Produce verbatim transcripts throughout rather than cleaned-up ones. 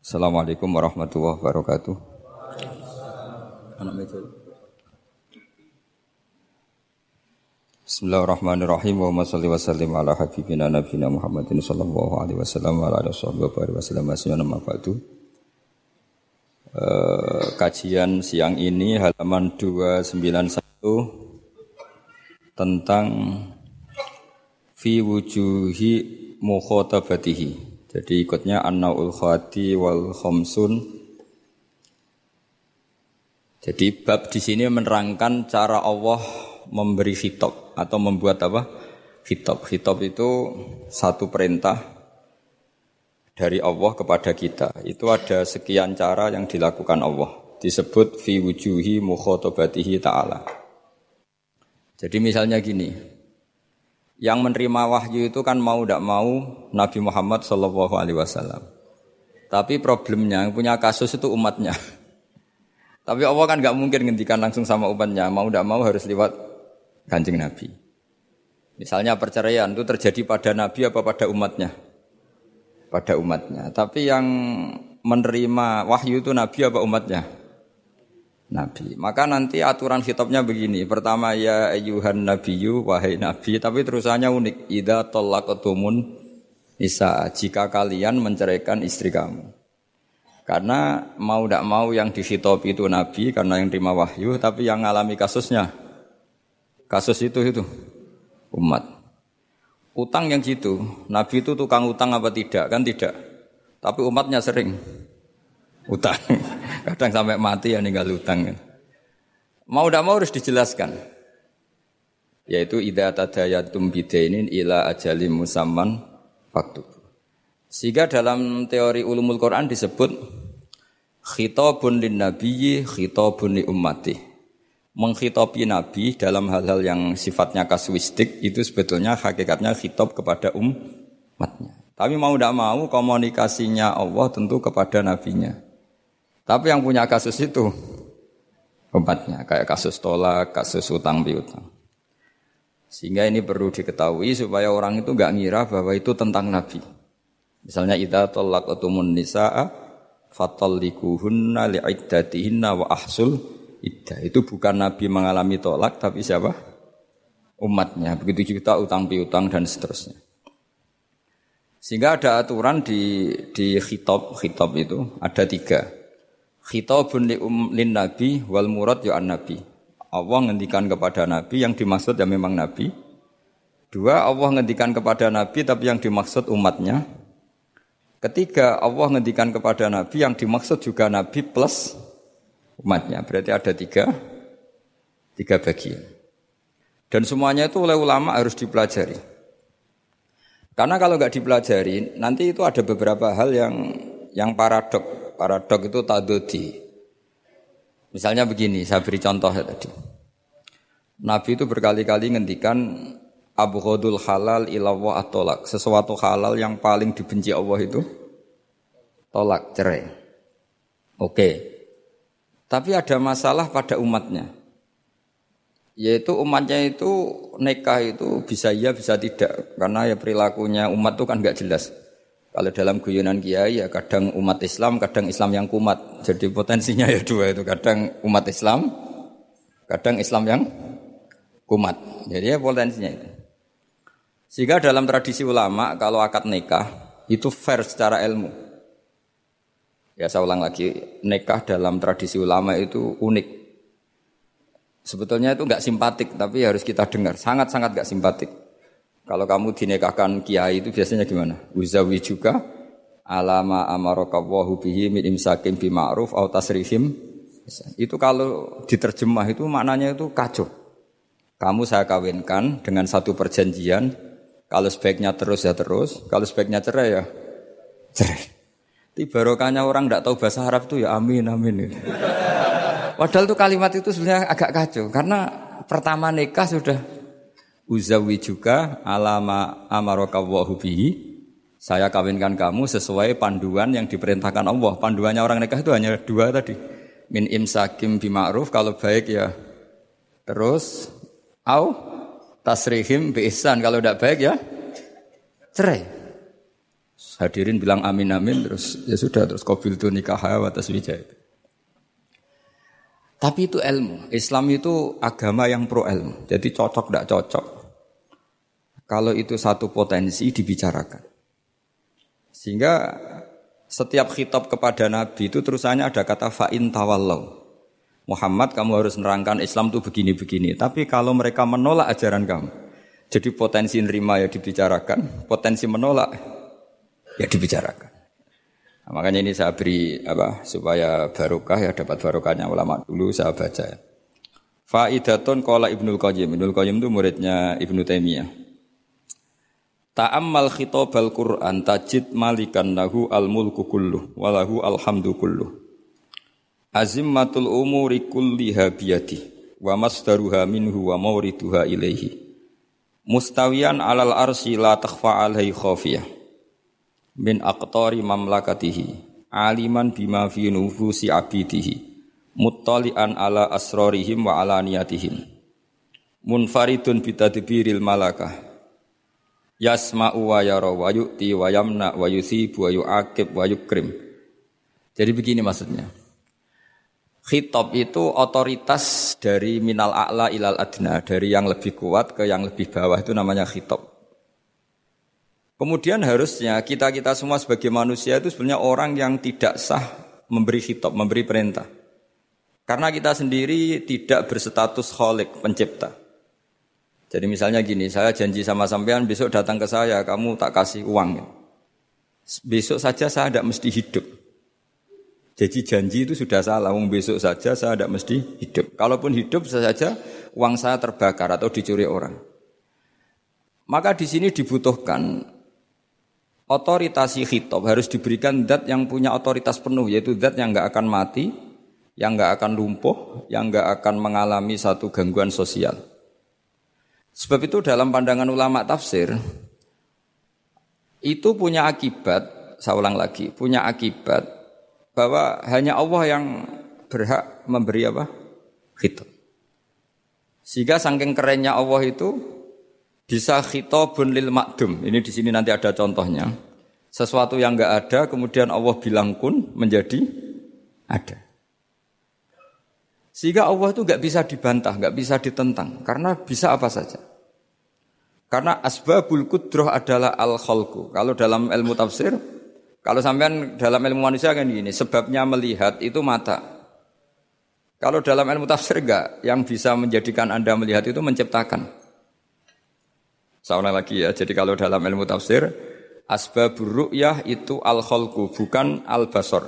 Assalamualaikum warahmatullahi wabarakatuh. Anak meja. Bismillahirrahmanirrahim. Wa shalli wa sallim ala habibina nabiyina Muhammadin sallallahu alaihi wasallam wa ala alihi wasallam amma ba'du. Uh, kajian siang ini halaman dua ratus sembilan puluh satu tentang fi wujuhi mukhatabatihi. Jadi ikutnya an-naul khati wal khamsun. Jadi bab di sini menerangkan cara Allah memberi khitab atau membuat apa? Khitab. Khitab itu satu perintah dari Allah kepada kita. Itu ada sekian cara yang dilakukan Allah. Disebut fi wujuhi mukhatabatihi ta'ala. Jadi misalnya gini. Yang menerima wahyu itu kan mau tidak mau Nabi Muhammad sallallahu alaihi wasallam. Tapi problemnya yang punya kasus itu umatnya. Tapi Allah kan nggak mungkin ngendikan langsung sama umatnya. Mau tidak mau harus lewat Kanjeng Nabi. Misalnya perceraian itu terjadi pada Nabi apa pada umatnya? Pada umatnya. Tapi yang menerima wahyu itu Nabi apa umatnya? Nabi. Maka nanti aturan khitabnya begini. Pertama ya ayyuhan nabiyyu wahai nabi, tapi terusannya unik. Idza talaqtumun nisa, jika kalian menceraikan istri kamu. Karena mau tidak mau yang dikhitab itu nabi karena yang terima wahyu, tapi yang mengalami kasusnya kasus itu itu umat. Utang yang gitu, nabi itu tukang utang apa tidak? Kan tidak. Tapi umatnya sering utang. Kadang sampai mati ya ninggal utang. Mau tidak mau harus dijelaskan. Yaitu idza tadayatum bidainin ila ajalin musamman faktub. Sehingga dalam teori ulumul Quran disebut khitabun lin nabiyyi khitabun li ummati. Menghitabi nabi dalam hal-hal yang sifatnya kasuistik itu sebetulnya hakikatnya khitab kepada umatnya. Tapi mau tidak mau komunikasinya Allah tentu kepada nabinya. Tapi yang punya kasus itu umatnya, kayak kasus tolak, kasus utang piutang. Sehingga ini perlu diketahui supaya orang itu enggak ngira bahwa itu tentang Nabi. Misalnya idza talaqtumun nisaa fatallikuhunna li'iddatihinna wa ahsul iddah. Itu bukan Nabi mengalami tolak tapi siapa? Umatnya. Begitu juga utang piutang dan seterusnya. Sehingga ada aturan di di khitab, khitab itu ada tiga. Khitabun li um, lin nabi wal murad ya an nabi. Allah ngendikan kepada nabi yang dimaksud ya memang nabi. Dua, Allah ngendikan kepada nabi tapi yang dimaksud umatnya. Ketiga, Allah ngendikan kepada nabi yang dimaksud juga nabi plus umatnya. Berarti ada tiga tiga bagian. Dan semuanya itu oleh ulama harus dipelajari. Karena kalau enggak dipelajari, nanti itu ada beberapa hal yang yang paradok. Paradok itu tadodi. Misalnya begini, saya beri contoh ya tadi. Nabi itu berkali-kali ngendikan abghadul halal ilallah at-tolak. Sesuatu halal yang paling dibenci Allah itu tolak, cerai. Oke. Tapi ada masalah pada umatnya. Yaitu umatnya itu nikah itu bisa iya bisa tidak. Karena ya perilakunya umat itu kan enggak jelas. Kalau dalam guyonan kiai ya kadang umat Islam, kadang Islam yang kumat. Jadi potensinya ya dua itu, kadang umat Islam, kadang Islam yang kumat. Jadi ya potensinya itu. Sehingga dalam tradisi ulama kalau akad nikah itu fair secara ilmu. Ya saya ulang lagi, nikah dalam tradisi ulama itu unik. Sebetulnya itu enggak simpatik tapi harus kita dengar, sangat-sangat enggak simpatik. Kalau kamu dinikahkan kiai itu biasanya gimana? Uzawi juga alama amarakawahu bihi min imsakim bima'ruf au tasrihim. Itu kalau diterjemah itu maknanya itu kacau. Kamu saya kawinkan dengan satu perjanjian. Kalau sebaiknya terus ya terus, kalau sebaiknya cerai ya cerai. Itu barokahnya orang tidak tahu bahasa Arab itu ya amin amin. Padahal itu kalimat itu sebenarnya agak kacau karena pertama nikah sudah uzawi juga alama amarakawahu bihi. Saya kawinkan kamu sesuai panduan yang diperintahkan Allah. Panduannya orang nikah itu hanya dua tadi. Min imsakim bima'ruf, kalau baik ya terus. Au tasrihim bi ihsan, kalau tidak baik ya cerai. Hadirin bilang amin amin terus ya sudah terus qabiltu nikaha wa taswija itu. Tapi itu ilmu. Islam itu agama yang pro ilmu. Jadi cocok tidak cocok. Kalau itu satu potensi dibicarakan. Sehingga setiap khitab kepada Nabi itu terusannya ada kata fa'in tawallau. Muhammad kamu harus menerangkan Islam itu begini-begini. Tapi kalau mereka menolak ajaran kamu, jadi potensi nerima ya dibicarakan, potensi menolak ya dibicarakan. Nah, makanya ini saya beri apa supaya barokah ya dapat barokahnya ulama dulu saya baca. Faidatun qala Ibnul Qayyim. Ibnul Qayyim itu muridnya Ibnu Taimiyah. Ta'ammal khitabal Qur'an tajid malikan lahu al-mulku kulluh wa lahu alhamdu kulluh. Azimmatul umuri kulliha biyadi wa masdaruha minhu wa mawriduha ilaihi mustawiyan alal arsy la takhfa alaihi khafiyah min aqtari mamlakatihi aliman bima fi nufusi abidihi muttali'an ala asrarihim wa alaniyatihim munfaridun bitadbiril malakah yasma'u wa yara wa yu'ti wa yamna wa yusibu wa yu'aqib wa yukrim. Jadi begini maksudnya. Khitab itu otoritas dari minal a'la ilal adna, dari yang lebih kuat ke yang lebih bawah itu namanya khitab. Kemudian harusnya kita-kita semua sebagai manusia itu sebenarnya orang yang tidak sah memberi khitab, memberi perintah. Karena kita sendiri tidak berstatus khalik, pencipta. Jadi misalnya gini, saya janji sama sampean besok datang ke saya, kamu tak kasih uang. Besok saja saya tidak mesti hidup. Jadi janji itu sudah salah, wong besok saja saya tidak mesti hidup. Kalaupun hidup saja uang saya terbakar atau dicuri orang. Maka di sini dibutuhkan otoritasi khitab harus diberikan zat yang punya otoritas penuh, yaitu zat yang enggak akan mati, yang enggak akan lumpuh, yang enggak akan mengalami satu gangguan sosial. Sebab itu dalam pandangan ulama tafsir itu punya akibat, saya ulang lagi, punya akibat bahwa hanya Allah yang berhak memberi apa? Khitab. Sehingga saking kerennya Allah itu bisa khitabun lil ma'dum. Ini di sini nanti ada contohnya. Sesuatu yang enggak ada kemudian Allah bilang kun menjadi ada. Sehingga Allah itu enggak bisa dibantah, enggak bisa ditentang karena bisa apa saja. Karena asbabul qudrah adalah al-khalqu. Kalau dalam ilmu tafsir, kalau sampean dalam ilmu manusia kan gini, sebabnya melihat itu mata. Kalau dalam ilmu tafsir enggak, yang bisa menjadikan Anda melihat itu menciptakan. Saya ulang lagi ya, jadi kalau dalam ilmu tafsir, asbabur ru'yah itu al-khalqu, bukan al-basar.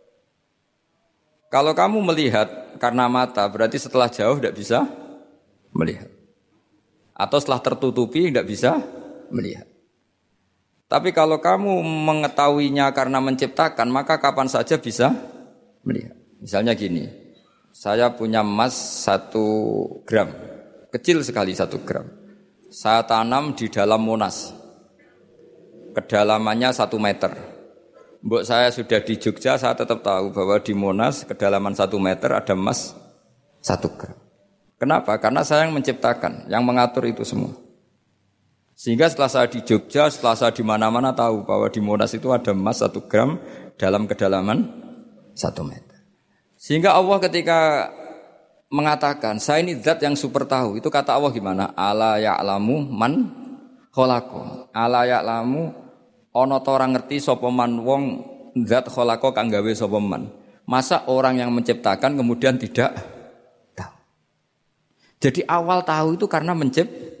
Kalau kamu melihat karena mata, berarti setelah jauh tidak bisa melihat. Atau setelah tertutupi tidak bisa melihat. Tapi kalau kamu mengetahuinya karena menciptakan, maka kapan saja bisa melihat. Misalnya gini, saya punya emas satu gram, kecil sekali satu gram. Saya tanam di dalam Monas, kedalamannya satu meter. Mbok saya sudah di Jogja, saya tetap tahu bahwa di Monas kedalaman satu meter ada emas satu gram. Kenapa? Karena saya yang menciptakan, yang mengatur itu semua. Sehingga setelah saya di Jogja, setelah saya di mana-mana tahu bahwa di Monas itu ada emas satu gram dalam kedalaman satu meter. Sehingga Allah ketika mengatakan, saya ini zat yang super tahu. Itu kata Allah gimana? Ala ya'lamu man khalaqa. Ala ya'lamu ana ta ora ngerti sapa man wong zat khalaqa kang gawe sapa man. Masa orang yang menciptakan kemudian tidak tahu. Jadi awal tahu itu karena menciptakan.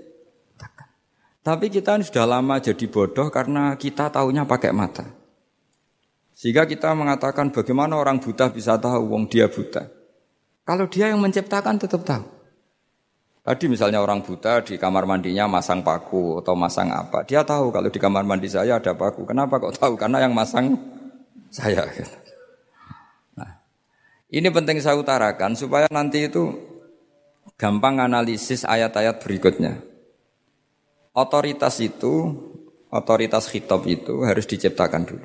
Tapi kita sudah lama jadi bodoh karena kita tahunya pakai mata. Sehingga kita mengatakan bagaimana orang buta bisa tahu wong dia buta. Kalau dia yang menciptakan tetap tahu. Tadi misalnya orang buta di kamar mandinya masang paku atau masang apa. Dia tahu kalau di kamar mandi saya ada paku. Kenapa kok tahu? Karena yang masang saya. Nah, ini penting saya utarakan supaya nanti itu gampang analisis ayat-ayat berikutnya. Otoritas itu, otoritas khitab itu harus diciptakan dulu.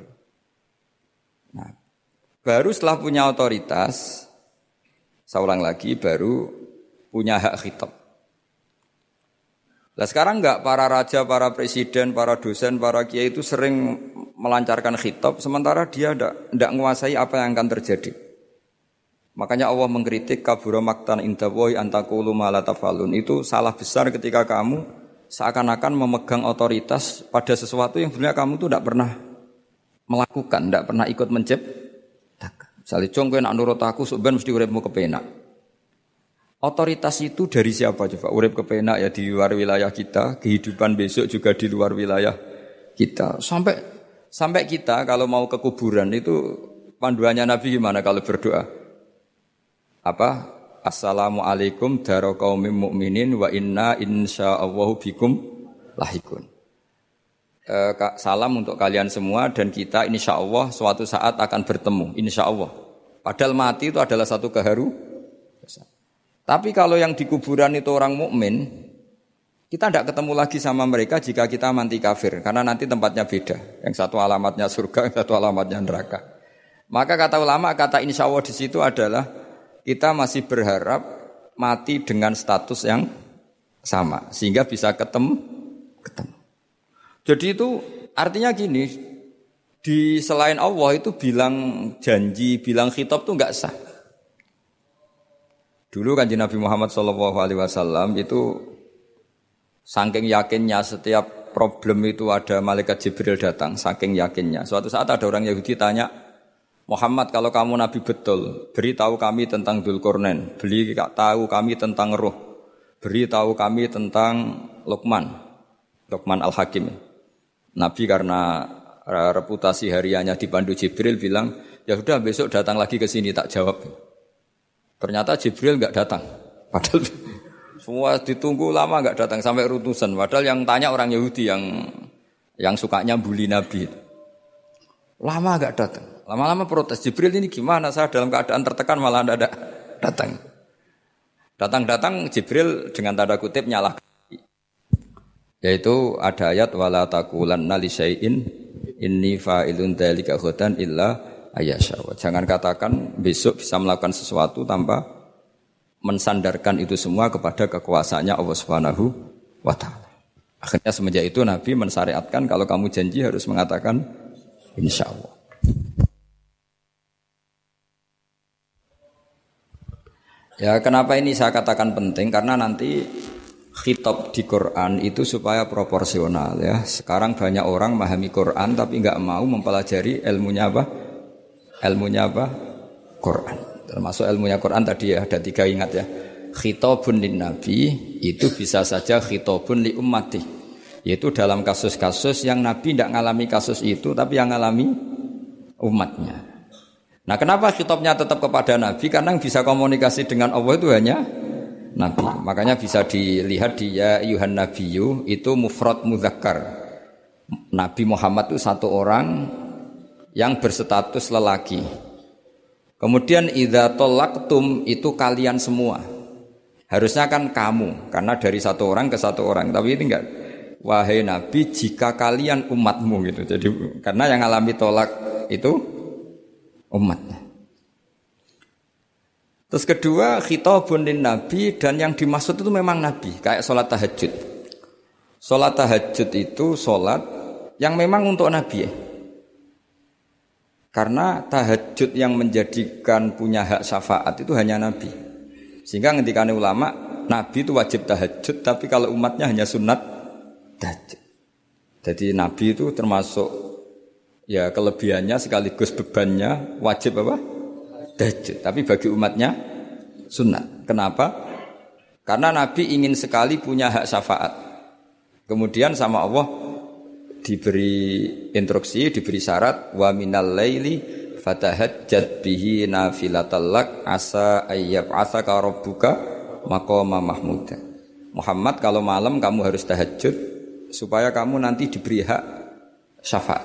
Nah, baru setelah punya otoritas, saya ulang lagi, baru punya hak khitab. Lah sekarang enggak, para raja, para presiden, para dosen, para kiai itu sering melancarkan khitab sementara dia enggak enggak menguasai apa yang akan terjadi. Makanya Allah mengkritik kabura maktan indallahi antaqulu ma la tafalun. Itu salah besar ketika kamu seakan-akan memegang otoritas pada sesuatu yang sebenarnya kamu tuh enggak pernah melakukan, enggak pernah ikut menciptakan. Misalnya cung kowe nak nurut aku sok ben mesti uripmu kepenak. Otoritas itu dari siapa coba? Urip kepenak ya di luar wilayah kita, kehidupan besok juga di luar wilayah kita. Sampai sampai kita kalau mau ke kuburan itu panduannya Nabi gimana kalau berdoa? Apa? Assalamualaikum daro qaumim mukminin wa inna insyaallahu bikum lahikun. E, salam untuk kalian semua dan kita insyaallah suatu saat akan bertemu, insyaallah. Padahal mati itu adalah satu keharu. Tapi kalau yang di kuburan itu orang mukmin, kita tidak ketemu lagi sama mereka jika kita mati kafir, karena nanti tempatnya beda. Yang satu alamatnya surga, yang satu alamatnya neraka. Maka kata ulama, kata insya Allah di situ adalah kita masih berharap mati dengan status yang sama, sehingga bisa ketemu. ketemu. Jadi itu artinya gini, di selain Allah itu bilang janji, bilang khitab itu enggak sah. Dulu Kanjeng Nabi Muhammad shallallahu alaihi wasallam itu saking yakinnya setiap problem itu ada malaikat Jibril datang, saking yakinnya. Suatu saat ada orang Yahudi tanya, Muhammad kalau kamu Nabi betul, beritahu kami tentang Dzulqarnain, beritahu kami tentang Ruh, beritahu kami tentang Luqman, Luqman Al-Hakim. Nabi karena reputasi hariannya dipandu Jibril bilang, ya sudah besok datang lagi ke sini tak jawab. Ternyata Jibril enggak datang. Padahal semua ditunggu lama enggak datang sampai ratusan. Padahal yang tanya orang Yahudi yang yang sukanya bully Nabi. Lama enggak datang. Lama-lama protes. Jibril ini gimana? Saya dalam keadaan tertekan malah enggak datang. Datang-datang Jibril dengan tanda kutip nyalahkan. Yaitu ada ayat wala taqulanna li syai'in inni fa'ilun dzalika ghadan illa ayasya. Jangan katakan besok bisa melakukan sesuatu tanpa mensandarkan itu semua kepada kekuasaannya Allah Subhanahu wa taala. Akhirnya semenjak itu Nabi mensyariatkan kalau kamu janji harus mengatakan insyaallah. Ya, kenapa ini saya katakan penting? Karena nanti khitab di Quran itu supaya proporsional ya. Sekarang banyak orang memahami Quran tapi enggak mau mempelajari ilmunya apa? Ilmunya apa? Quran. Termasuk ilmunya Quran tadi ya, ada tiga ingat ya. Khitabun lin nabi itu bisa saja khitabun li ummati. Yaitu dalam kasus-kasus yang Nabi tidak mengalami kasus itu tapi yang mengalami umatnya. Nah, kenapa khitabnya tetap kepada Nabi? Karena yang bisa komunikasi dengan Allah itu hanya Nabi. Makanya bisa dilihat di ya ayyuhan nabiyyu itu mufrad mudzakkar. Nabi Muhammad itu satu orang yang berstatus lelaki. Kemudian idza talaqtum itu kalian semua. Harusnya kan kamu, karena dari satu orang ke satu orang. Tapi ini enggak. Wahai Nabi, jika kalian umatmu gitu. Jadi karena yang alami tolak itu umatnya. Terus kedua, khitabun lin nabi dan yang dimaksud itu memang Nabi, kayak sholat tahajud. Sholat tahajud itu sholat yang memang untuk Nabi ya. Karena tahajud yang menjadikan punya hak syafaat itu hanya Nabi. Sehingga ngendikane ulama, Nabi itu wajib tahajud, tapi kalau umatnya hanya sunat tahajud. Jadi Nabi itu termasuk ya kelebihannya sekaligus bebannya wajib apa? Tahajud. Tapi bagi umatnya sunat. Kenapa? Karena Nabi ingin sekali punya hak syafaat. Kemudian sama Allah diberi instruksi, diberi syarat wa minal laili fatahajjat bihi nafilatal lak asa ayyab'atsaka rabbuka maqama mahmuda. Muhammad kalau malam kamu harus tahajud supaya kamu nanti diberi hak syafaat.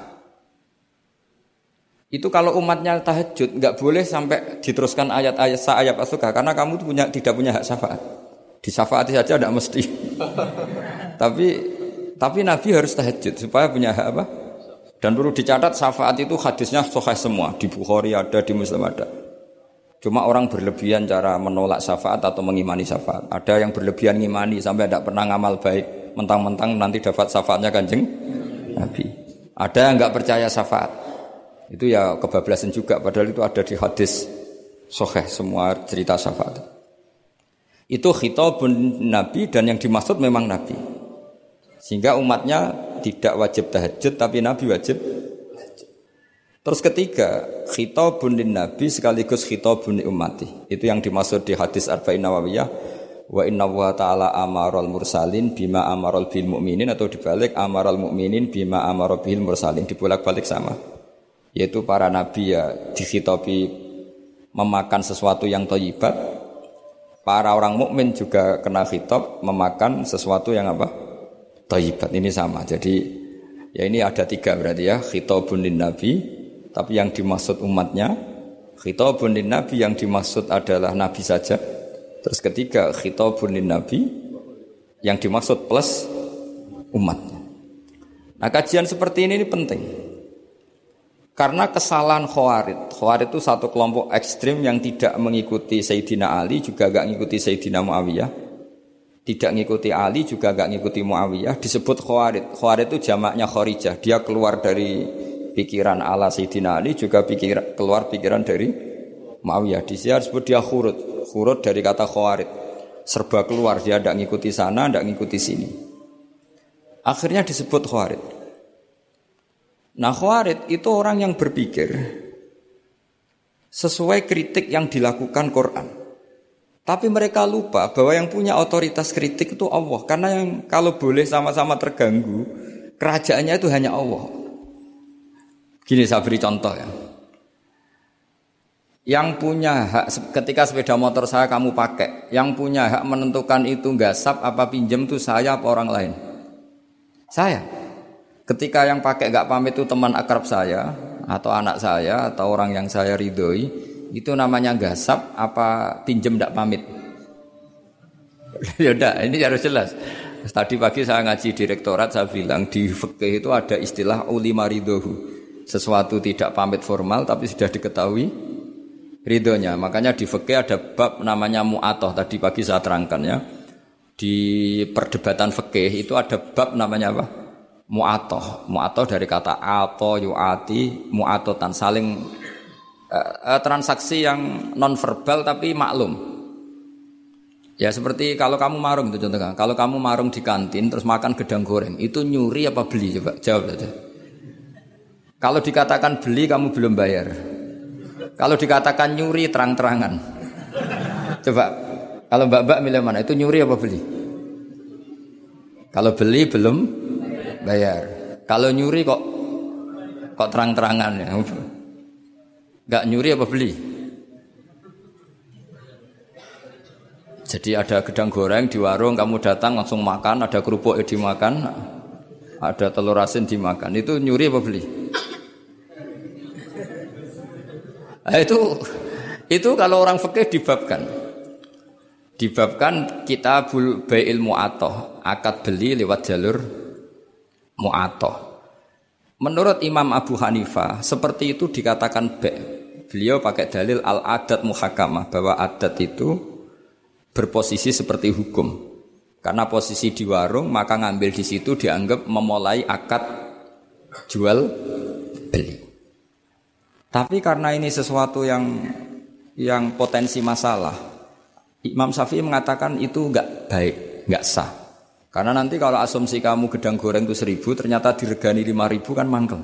Itu kalau umatnya tahajud enggak boleh sampai diteruskan ayat-ayat sa ayat asuka karena kamu itu punya tidak punya hak syafaat. Disyafaati saja tidak mesti. Tapi Tapi Nabi harus tahajud supaya punya hak apa? Dan perlu dicatat syafaat itu hadisnya sahih semua. Di Bukhari ada, di Muslim ada. Cuma orang berlebihan cara menolak syafaat atau mengimani syafaat. Ada yang berlebihan ngimani sampai tidak pernah ngamal baik. mentang-mentang nanti dapat syafaatnya Kanjeng Nabi. Ada yang enggak percaya syafaat. Itu ya kebablasan juga, padahal itu ada di hadis sahih semua cerita syafaat. Itu khitabun Nabi dan yang dimaksud memang Nabi. Sehingga umatnya tidak wajib tahajud tapi Nabi wajib. Terus ketiga, khitabun lin Nabi sekaligus khitabun li ummati. Itu yang dimaksud di hadis Arba'in Nawawiyah, wa inna wa ta'ala amaral mursalin bima amaral bil mu'minin, atau dibalik amaral mu'minin bima amaral bil mursalin, dibolak-balik sama. Yaitu para nabi ya dikhitabi memakan sesuatu yang thayyibat. Para orang mukmin juga kena khitab memakan sesuatu yang apa? Thayyibat. Ini sama. Jadi ya ini ada tiga berarti ya, khitabun lin Nabi. Tapi yang dimaksud umatnya, khitabun lin Nabi yang dimaksud adalah Nabi saja. Terus ketiga, khitabun lin Nabi yang dimaksud plus umatnya. Nah kajian seperti ini, ini penting. Karena kesalahan Khawarij. Khawarij itu satu kelompok ekstrim yang tidak mengikuti Sayyidina Ali, juga gak mengikuti Sayyidina Muawiyah. Tidak mengikuti Ali, juga gak mengikuti Muawiyah. Disebut Khawarij. Khawarij itu jamaknya Kharijah. Dia keluar dari pikiran ala Sayyidina Ali, juga pikir, keluar pikiran dari Muawiyah. Di sini disebut dia khurut. Khurut dari kata khawarij. Serba keluar, dia tidak ngikuti sana, tidak ngikuti sini. Akhirnya disebut khawarij. Nah khawarij itu orang yang berpikir sesuai kritik yang dilakukan Quran. Tapi mereka lupa bahwa yang punya otoritas kritik itu Allah. Karena yang kalau boleh sama-sama terganggu, kerajaannya itu hanya Allah. Gini saya beri contoh ya. Yang punya hak ketika sepeda motor saya kamu pakai, yang punya hak menentukan itu gasap apa pinjam itu saya apa orang lain? Saya. Ketika yang pakai gak pamit itu teman akrab saya atau anak saya atau orang yang saya ridhoi, itu namanya gasap apa pinjam gak pamit? Ya udah, ini harus jelas. Tadi pagi saya ngaji direktorat, saya bilang di fikih itu ada istilah ulima ridhohu. Sesuatu tidak pamit formal tapi sudah diketahui ridhonya. Makanya di fikih ada bab namanya mu'atoh. Tadi pagi saya terangkan ya. Di perdebatan fikih itu ada bab namanya apa? Mu'atoh. Mu'atoh dari kata ato, yu'ati, mu'atotan. Saling uh, transaksi yang non verbal tapi maklum. Ya seperti kalau kamu marung itu contohnya. Kalau kamu marung di kantin terus makan gedang goreng, itu nyuri apa beli? Coba jawab saja. Kalau dikatakan beli kamu belum bayar. Kalau dikatakan nyuri terang-terangan. Coba kalau mbak-mbak milih mana? Itu nyuri apa beli? Kalau beli belum bayar. Kalau nyuri kok kok terang-terangan ya. Enggak nyuri apa beli? Jadi ada gedang goreng di warung, kamu datang langsung makan, ada kerupuk dimakan, ada telur asin dimakan. Itu nyuri apa beli? Nah, itu itu kalau orang fikih dibabkan. Dibabkan kitabul bai'il mu'atoh, akad beli lewat jalur mu'atoh. Menurut Imam Abu Hanifah, seperti itu dikatakan ba'. Beliau pakai dalil al-adat muhakamah, bahwa adat itu berposisi seperti hukum. Karena posisi di warung, maka ngambil di situ dianggap memulai akad jual beli. Tapi karena ini sesuatu yang yang potensi masalah, Imam Syafi'i mengatakan itu enggak baik, enggak sah. Karena nanti kalau asumsi kamu gedang goreng itu seribu, ternyata diregani lima ribu kan mangkel.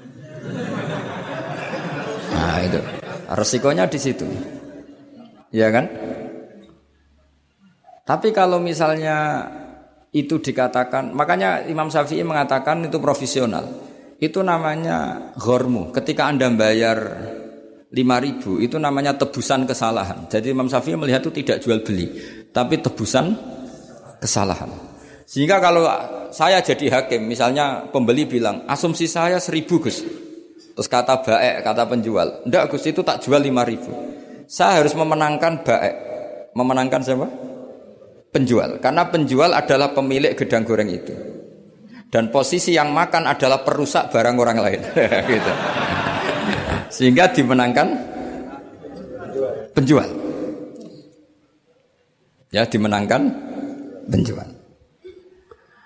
Nah itu, resikonya di situ, ya kan? Tapi kalau misalnya itu dikatakan, makanya Imam Syafi'i mengatakan itu profesional. Itu namanya ghormu. Ketika Anda bayar lima ribu, itu namanya tebusan kesalahan. Jadi Imam Syafi'i melihat itu tidak jual beli, tapi tebusan kesalahan. Sehingga kalau saya jadi hakim, misalnya pembeli bilang, asumsi saya seribu Gus. Terus kata baek, kata penjual, enggak Gus itu tak jual lima ribu. Saya harus memenangkan baek. Memenangkan siapa? Penjual. Karena penjual adalah pemilik gedang goreng itu. Dan posisi yang makan adalah perusak barang orang lain. Gitu. Sehingga dimenangkan penjual. Ya, dimenangkan penjual.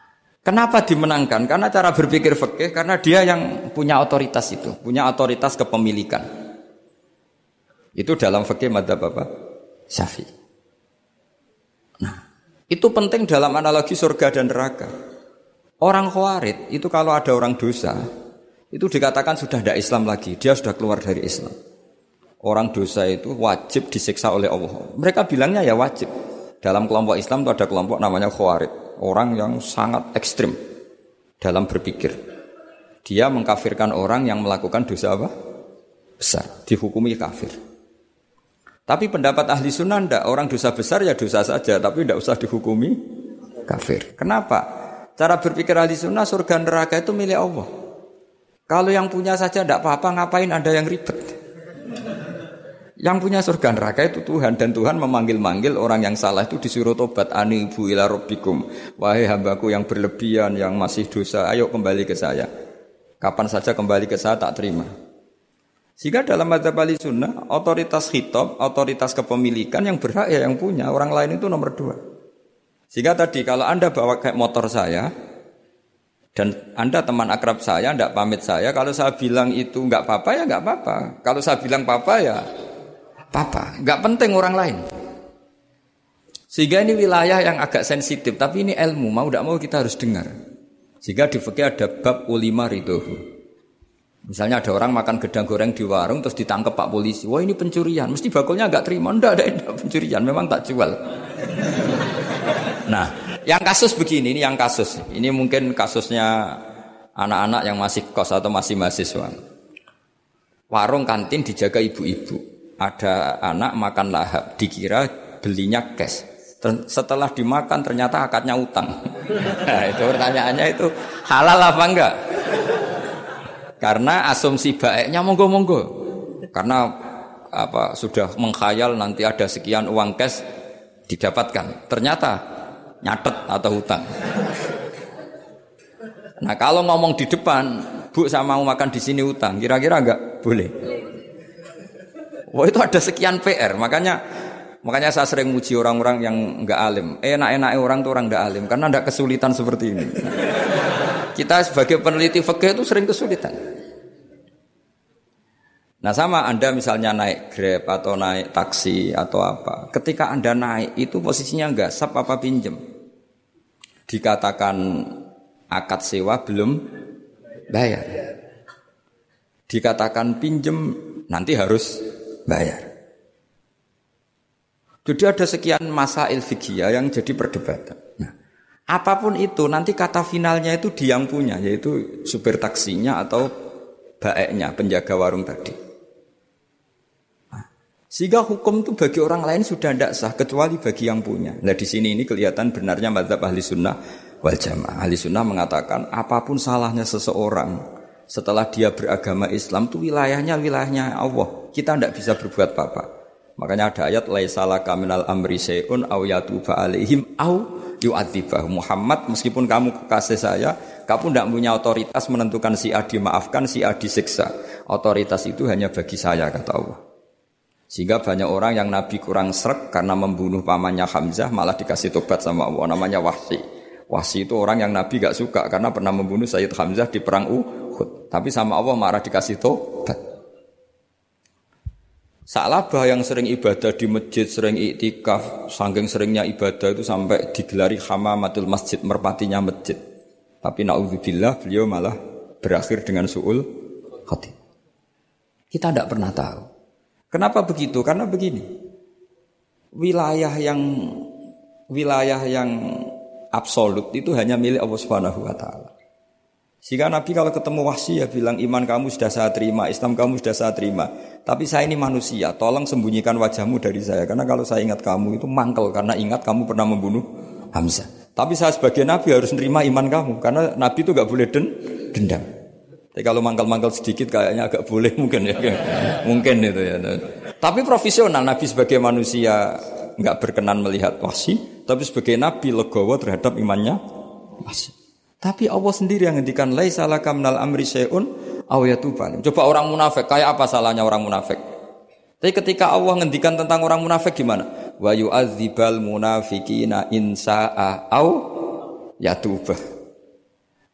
Kenapa dimenangkan? Karena cara berpikir fikih, karena dia yang punya otoritas itu, punya otoritas kepemilikan. Itu dalam fikih madzhab apa? Syafi'i. Nah, itu penting dalam analogi surga dan neraka. Orang Khawarij itu kalau ada orang dosa, itu dikatakan sudah tidak Islam lagi, dia sudah keluar dari Islam. Orang dosa itu wajib disiksa oleh Allah. Mereka bilangnya ya wajib. Dalam kelompok Islam itu ada kelompok namanya Khawarij. Orang yang sangat ekstrim dalam berpikir. Dia mengkafirkan orang yang melakukan dosa apa? Besar, dihukumi kafir. Tapi pendapat ahli sunnah enggak, orang dosa besar ya dosa saja, tapi tidak usah dihukumi kafir. Kenapa? Cara berpikir ahli sunnah, surga neraka itu milik Allah. Kalau yang punya saja tidak apa-apa, ngapain ada yang ribet? Yang punya surga neraka itu Tuhan, dan Tuhan memanggil-manggil orang yang salah itu disuruh tobat, anibu ila rabbikum, wahai hambaku yang berlebihan, yang masih dosa, ayo kembali ke saya. Kapan saja kembali ke saya tak terima. Sehingga dalam madzhab ahli sunnah, otoritas khitab, otoritas kepemilikan yang berhak ya yang punya, orang lain itu nomor dua. Sehingga tadi kalau Anda bawa kayak motor saya, dan Anda teman akrab saya, tidak pamit saya, kalau saya bilang itu enggak apa-apa ya enggak apa-apa. Kalau saya bilang apa-apa ya apa, enggak penting orang lain. Sehingga ini wilayah yang agak sensitif, tapi ini ilmu, mau tidak mau kita harus dengar. Sehingga di fikih ada bab ulima ridhohu. Misalnya ada orang makan gedang goreng di warung terus ditangkap Pak polisi, wah ini pencurian, mesti bakulnya enggak terima. Enggak, ada enggak pencurian, memang tak jual. Nah, yang kasus begini, ini yang kasus. Ini mungkin kasusnya anak-anak yang masih kos atau masih mahasiswa. Warung kantin dijaga ibu-ibu. Ada anak makan lahap, dikira belinya cash. Setelah dimakan ternyata akadnya utang. Nah, itu pertanyaannya itu halal apa enggak? Karena asumsi baiknya monggo-monggo. Karena apa sudah mengkhayal nanti ada sekian uang cash didapatkan. Ternyata nyatet atau hutang. Nah, kalau ngomong di depan, Bu saya mau makan di sini hutang, kira-kira enggak boleh. Wah itu ada sekian P R, makanya makanya saya sering muji orang-orang yang enggak alim. Enak-enaknya orang tuh orang enggak alim karena enggak kesulitan seperti ini. Kita sebagai peneliti fikih itu sering kesulitan. Nah sama Anda misalnya naik Grab atau naik taksi atau apa. Ketika Anda naik itu posisinya enggak sap apa pinjem. Dikatakan akad sewa belum bayar. Dikatakan pinjem nanti harus bayar. Jadi ada sekian masail fikih yang jadi perdebatan. Nah, apapun itu nanti kata finalnya itu dia yang punya, yaitu supir taksinya atau baeknya, penjaga warung tadi. Nah, sehingga hukum itu bagi orang lain sudah tidak sah kecuali bagi yang punya. Nah di sini ini kelihatan benarnya madzhab ahli sunnah wal jamaah. Ahli sunnah mengatakan apapun salahnya seseorang setelah dia beragama Islam itu wilayahnya wilayahnya Allah. Kita tidak bisa berbuat apa-apa. Makanya ada ayat laisalaka minal amri syai'un aw yatuba alaihim aw yu'adzibahum. Muhammad meskipun kamu kekasih saya, kamu tidak punya otoritas menentukan si A dimaafkan, si A disiksa. Otoritas itu hanya bagi saya kata Allah. Sehingga banyak orang yang Nabi kurang srek karena membunuh pamannya Hamzah malah dikasih tobat sama Allah, namanya Wahsy. Wahsy itu orang yang Nabi gak suka karena pernah membunuh Sayyid Hamzah di perang Uhud. Tapi sama Allah marah dikasih tobat. Sa'labah yang sering ibadah di masjid, sering iktikaf, saking seringnya ibadah itu sampai digelari hamamatul masjid, merpatinya masjid. Tapi na'udzubillah beliau malah berakhir dengan su'ul khatim. Kita tidak pernah tahu. Kenapa begitu? Karena begini. Wilayah yang wilayah yang absolut itu hanya milik Allah Subhanahu wa taala. Sehingga Nabi kalau ketemu Wahsy ya bilang iman kamu sudah saya terima, Islam kamu sudah saya terima. Tapi saya ini manusia, tolong sembunyikan wajahmu dari saya. Karena kalau saya ingat kamu itu mangkel karena ingat kamu pernah membunuh Hamzah. Tapi saya sebagai Nabi harus menerima iman kamu karena Nabi itu gak boleh den, dendam. Tapi kalau mangkel-mangkel sedikit kayaknya agak boleh mungkin ya. Mungkin itu ya. Tapi profesional Nabi sebagai manusia enggak berkenan melihat Wahsy, tapi sebagai Nabi legowo terhadap imannya Wahsy. Tapi Allah sendiri yang ngendikan laisa laka minal amri syai'un aw yatuba. Coba orang munafik, kayak apa salahnya orang munafik? Tapi ketika Allah ngendikan tentang orang munafik gimana? Wa yu'adzibal munafiqina in sa'a aw yatuba.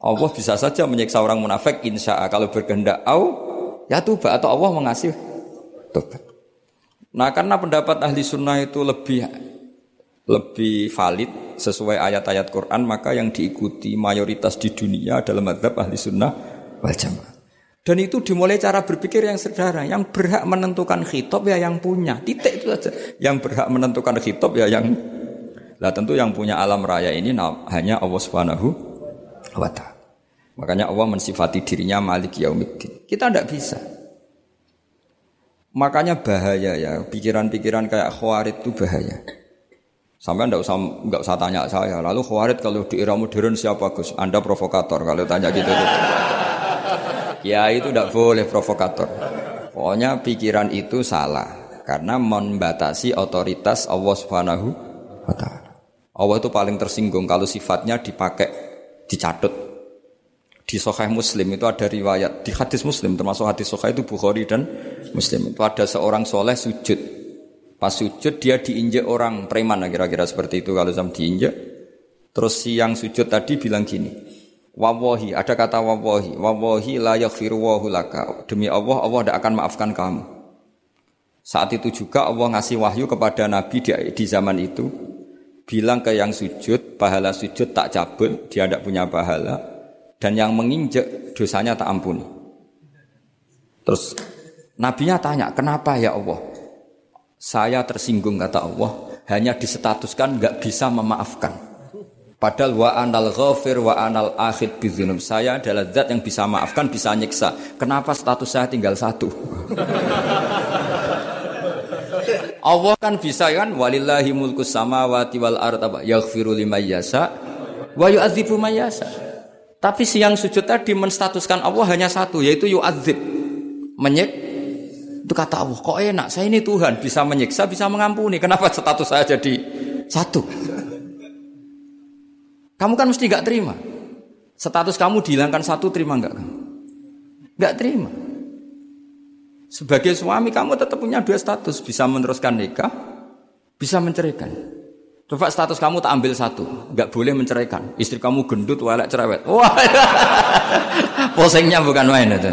Allah bisa saja menyiksa orang munafik insya'a kalau berkehendak au ya tuba atau Allah mengasih tobat. Nah karena pendapat ahli sunnah itu lebih lebih valid sesuai ayat-ayat Quran, maka yang diikuti mayoritas di dunia adalah mazhab ahli sunnah wal jamaah. Dan itu dimulai cara berpikir yang sederhana, yang berhak menentukan khitab ya yang punya, titik itu saja. Yang berhak menentukan khitab ya yang, lah tentu yang punya alam raya ini hanya Allah Subhanahu wa ta'ala. Makanya Allah mensifati dirinya Malik Yaumiddin. Kita tidak bisa. Makanya bahaya ya, pikiran-pikiran kayak Khawarij itu bahaya. Sampai tidak usah enggak usah tanya saya. Lalu Khawarij kalau di era modern siapa Gus? Anda provokator kalau tanya gitu. gitu. Ya itu tidak boleh provokator. Pokoknya pikiran itu salah karena membatasi otoritas Allah Subhanahu wa ta'ala. Allah itu paling tersinggung kalau sifatnya dipakai, dicatut. Di Sahih Muslim itu ada riwayat, di hadis Muslim termasuk hadis Sahih itu Bukhari dan Muslim, itu ada seorang soleh sujud. Pas sujud dia diinjek orang preman, kira-kira seperti itu kalau sama diinjek. Terus si yang sujud tadi bilang gini, wawahi, ada kata wawahi, wawahi la yaghfiru wahu laka, demi Allah, Allah tidak akan maafkan kamu. Saat itu juga Allah ngasih wahyu kepada Nabi di, di zaman itu, bilang ke yang sujud, pahala sujud tak cabut, dia tidak punya pahala. Dan yang menginjek dosanya tak ampuni. Terus Nabinya tanya, kenapa ya Allah? Saya tersinggung kata Allah, hanya disetatuskan enggak bisa memaafkan. Padahal wa anal ghafir wa anal akhid bidzunub. Saya adalah zat yang bisa maafkan, bisa nyiksa. Kenapa status saya tinggal satu? Allah kan bisa kan, walillahi mulkus samawati wal ardh yaghfiru liman yasha wa yu'adzibu man yasha. Tapi si yang sujud tadi menstatuskan Allah hanya satu, yaitu yu'adzib, menyik. Itu kata Allah, kok enak, saya ini Tuhan, bisa menyiksa, bisa mengampuni. Kenapa status saya jadi satu? Kamu kan mesti gak terima. Status kamu dihilangkan satu, terima gak kamu? Gak terima. Sebagai suami kamu tetap punya dua status, bisa meneruskan nikah, bisa menceraikan. Coba status kamu tak ambil satu, nggak boleh menceraikan. Istri kamu gendut, walek cerewet. Wah, posengnya bukan main itu.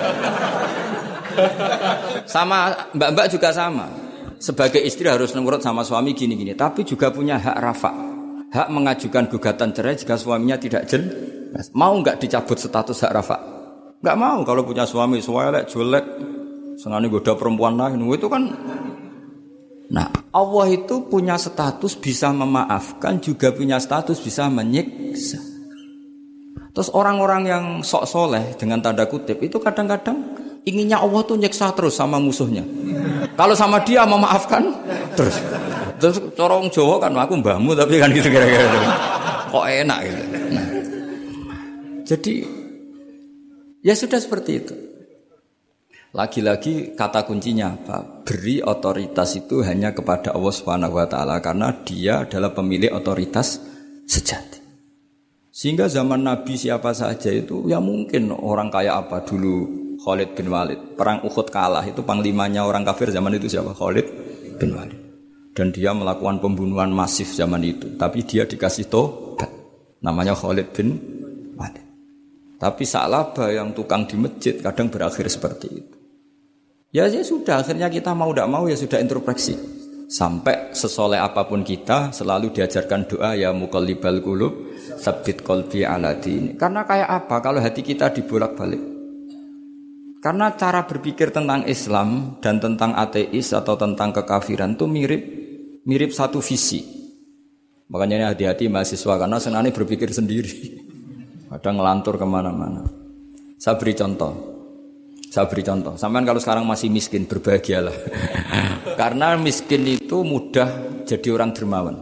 Sama mbak-mbak juga sama. Sebagai istri harus nurut sama suami gini-gini, tapi juga punya hak rafa, hak mengajukan gugatan cerai jika suaminya tidak jelas. Mau nggak dicabut status hak rafa? Nggak mau. Kalau punya suami walek, jelek, senangnya goda perempuan lain, itu kan. Nah, Allah itu punya status bisa memaafkan, juga punya status bisa menyiksa. Terus orang-orang yang sok soleh dengan tanda kutip itu kadang-kadang inginnya Allah tuh nyiksa terus sama musuhnya. Kalau sama dia memaafkan terus. Terus corong Jawa kan aku mbahmu tapi kan gitu kira-kira. Kok enak gitu. Nah, jadi ya sudah seperti itu. Lagi-lagi kata kuncinya apa? Beri otoritas itu hanya kepada Allah Subhanahu wa ta'ala karena dia adalah pemilik otoritas sejati. Sehingga zaman Nabi siapa saja itu ya mungkin orang kayak apa dulu Khalid bin Walid. Perang Uhud kalah itu panglimanya orang kafir zaman itu siapa? Khalid bin Walid. Dan dia melakukan pembunuhan masif zaman itu. Tapi dia dikasih tobat. Namanya Khalid bin Walid. Tapi Sa'labah yang tukang di masjid kadang berakhir seperti itu. Ya, ya sudah, akhirnya kita mau tidak mau ya sudah introspeksi. Sampai sesoleh apapun kita selalu diajarkan doa ya muqallibal qulub tsabbit qalbi ala dini. Karena kayak apa kalau hati kita dibolak-balik? Karena cara berpikir tentang Islam dan tentang ateis atau tentang kekafiran itu mirip mirip satu visi. Makanya ini hati-hati mahasiswa karena senangnya berpikir sendiri. Kadang ngelantur kemana-mana. Saya beri contoh. Saya beri contoh, sampean kalau sekarang masih miskin, berbahagialah. Karena miskin itu mudah jadi orang dermawan.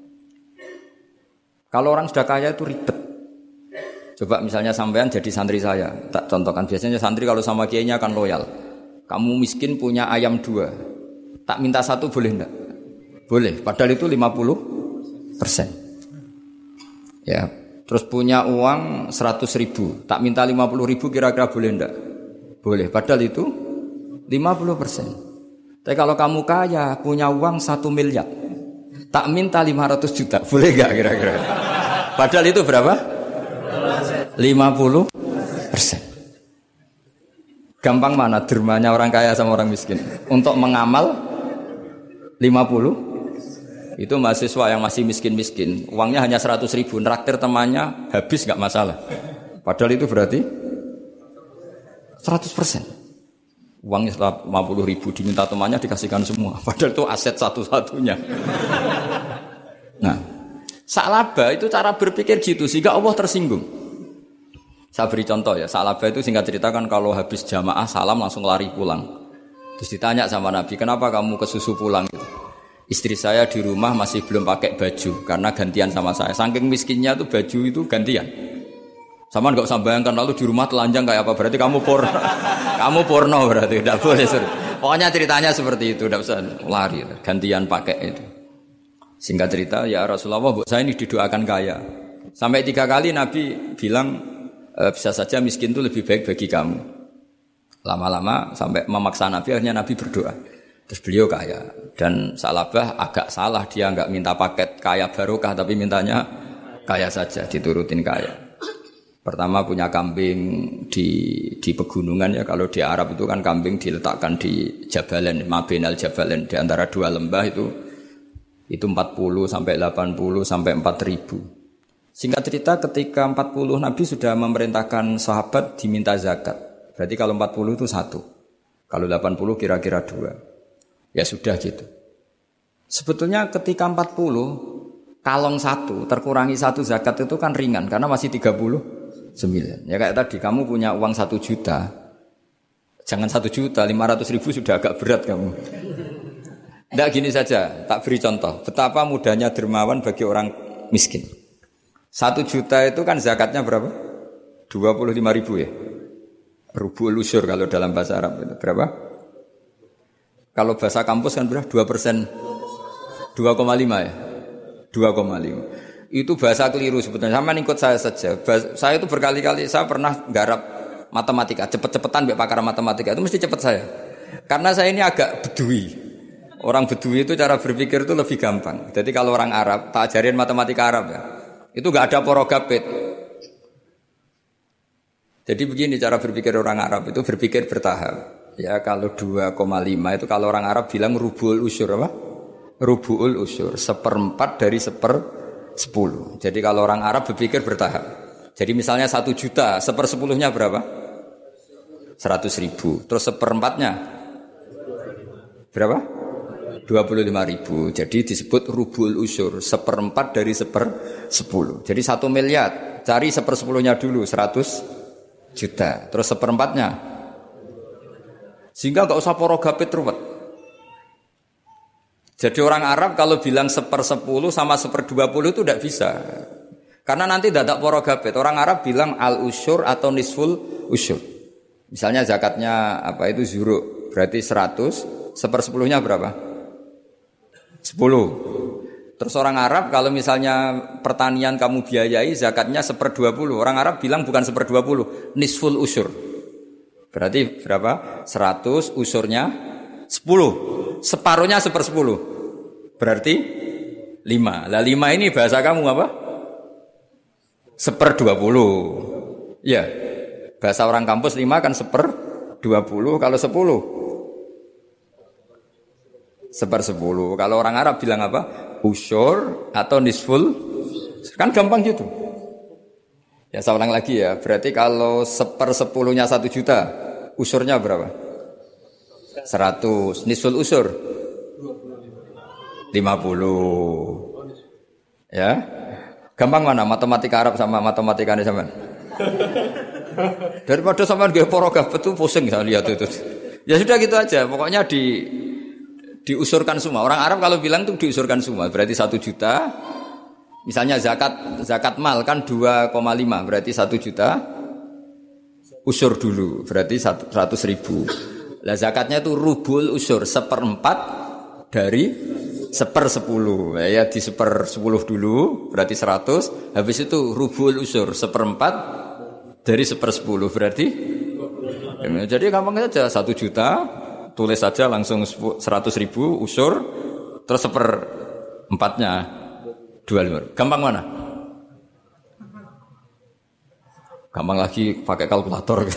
Kalau orang sudah kaya itu ribet. Coba misalnya sampean jadi santri saya, tak contohkan. Biasanya santri kalau sama kiainya akan loyal. Kamu miskin punya ayam dua, tak minta satu boleh enggak? Boleh, padahal itu lima puluh persen. Ya, terus punya uang seratus ribu, tak minta lima puluh ribu kira-kira boleh enggak? Boleh, padahal itu lima puluh persen. Tapi kalau kamu kaya, punya uang satu miliar, tak minta lima ratus juta, boleh gak kira-kira? Padahal itu berapa? lima puluh persen. Gampang mana dermanya orang kaya sama orang miskin? Untuk mengamal lima puluh, itu mahasiswa yang masih miskin-miskin, uangnya hanya seratus ribu, neraktir temannya habis nggak masalah. Padahal itu berarti seratus persen. Uangnya lima puluh ribu diminta temannya dikasihkan semua. Padahal itu aset satu-satunya. Nah, Sa'labah itu cara berpikir gitu sehingga Allah tersinggung. Saya beri contoh ya, Sa'labah itu singkat cerita kan kalau habis jamaah salam langsung lari pulang. Terus ditanya sama Nabi, kenapa kamu kesusu pulang gitu? Istri saya di rumah masih belum pakai baju karena gantian sama saya. Saking miskinnya tuh baju itu gantian. Sama nggak usah bayangkan lalu di rumah telanjang kayak apa, berarti kamu porno. Kamu porno berarti, tidak boleh suruh. Pokoknya ceritanya seperti itu, tidak usah lari, gantian pakai itu. Singkat cerita, ya Rasulullah, saya ini didoakan kaya. Sampai tiga kali Nabi bilang, e, bisa saja miskin itu lebih baik bagi kamu. Lama-lama sampai memaksa Nabi, akhirnya Nabi berdoa. Terus beliau kaya. Dan Sa'labah agak salah, dia nggak minta paket kaya barokah, tapi mintanya kaya saja, diturutin kaya. Pertama punya kambing di di pegunungan ya, kalau di Arab itu kan kambing diletakkan di Jabalen, Mabinal Jabalen, di antara dua lembah itu itu empat puluh sampai delapan puluh sampai empat ribu. Singkat cerita ketika empat puluh Nabi sudah memerintahkan sahabat diminta zakat. Berarti kalau empat puluh itu satu. Kalau delapan puluh kira-kira dua. Ya sudah gitu. Sebetulnya ketika empat puluh kalong satu terkurangi satu zakat itu kan ringan karena masih tiga puluh sembilan. Ya kayak tadi kamu punya uang satu juta. Jangan satu juta, lima ratus ribu sudah agak berat kamu. Tidak gini saja, tak beri contoh. Betapa mudahnya dermawan bagi orang miskin. Satu juta itu kan zakatnya berapa? dua puluh lima ribu ya. Rubul usyur kalau dalam bahasa Arab itu berapa? Kalau bahasa kampus kan berapa? dua persen. dua koma lima ya. dua koma lima. Itu bahasa keliru sebetulnya. Sama ikut saya saja. Bahasa, saya itu berkali-kali saya pernah garap matematika, cepet-cepetan mbek pakar matematika itu mesti cepet saya. Karena saya ini agak bedui. Orang bedui itu cara berpikir itu lebih gampang. Jadi kalau orang Arab, tak ajarin matematika Arab ya. Itu enggak ada porogapit. Jadi begini cara berpikir orang Arab itu berpikir bertahap. Ya kalau dua koma lima itu kalau orang Arab bilang rubul usyur apa? Rubul usyur, seperempat dari seper sepuluh. Jadi kalau orang Arab berpikir bertahap. Jadi misalnya satu juta, sepersepuluhnya berapa? Seratus ribu. Terus seperempatnya berapa? Dua puluh lima ribu. Jadi disebut rubul usyur, seperempat dari seper sepuluh. Jadi satu miliar, cari sepersepuluhnya dulu, seratus juta. Terus seperempatnya, sehingga nggak usah porogapit ruwet. Jadi orang Arab kalau bilang sepersepuluh sama seperdua puluh itu tidak bisa. Karena nanti dadak porogapit. Orang Arab bilang al-usyur atau nisful usyur. Misalnya zakatnya apa itu zuruk, berarti seratus, sepersepuluhnya berapa? sepuluh. Terus orang Arab kalau misalnya pertanian kamu biayai zakatnya seperdua puluh. Orang Arab bilang bukan seperdua puluh, nisful usyur. Berarti berapa? seratus, usurnya sepuluh. Separuhnya sepersepuluh. Berarti lima. Lah lima ini bahasa kamu apa? Seper dua puluh. Ya. Bahasa orang kampus lima kan seper dua puluh. Kalau sepuluh seper sepuluh. Kalau orang Arab bilang apa? Usyur atau nisful. Kan gampang gitu. Ya saya ulang lagi ya. Berarti kalau seper sepuluhnya satu juta, usurnya berapa? Seratus. Nisful usur lima puluh. Ya. Gampang mana matematika Arab sama matematika ini sama? Daripada sama nggih porogaf itu pusing saya lihat itu. Ya sudah gitu aja. Pokoknya di diusurkan semua. Orang Arab kalau bilang itu diusurkan semua. Berarti satu juta. Misalnya zakat zakat mal kan dua koma lima. Berarti satu juta. Usur dulu. Berarti seratus ribu. Lah zakatnya itu rubul usur. Seperempat dari seper sepuluh. Ya di seper sepuluh dulu. Berarti seratus. Habis itu rubul usur. Seperempat dari seper sepuluh. Berarti. Jadi gampang saja. Satu juta. Tulis saja langsung seratus ribu usur, terus seperempatnya dua puluh lima. Gampang mana? Gampang lagi pakai kalkulator.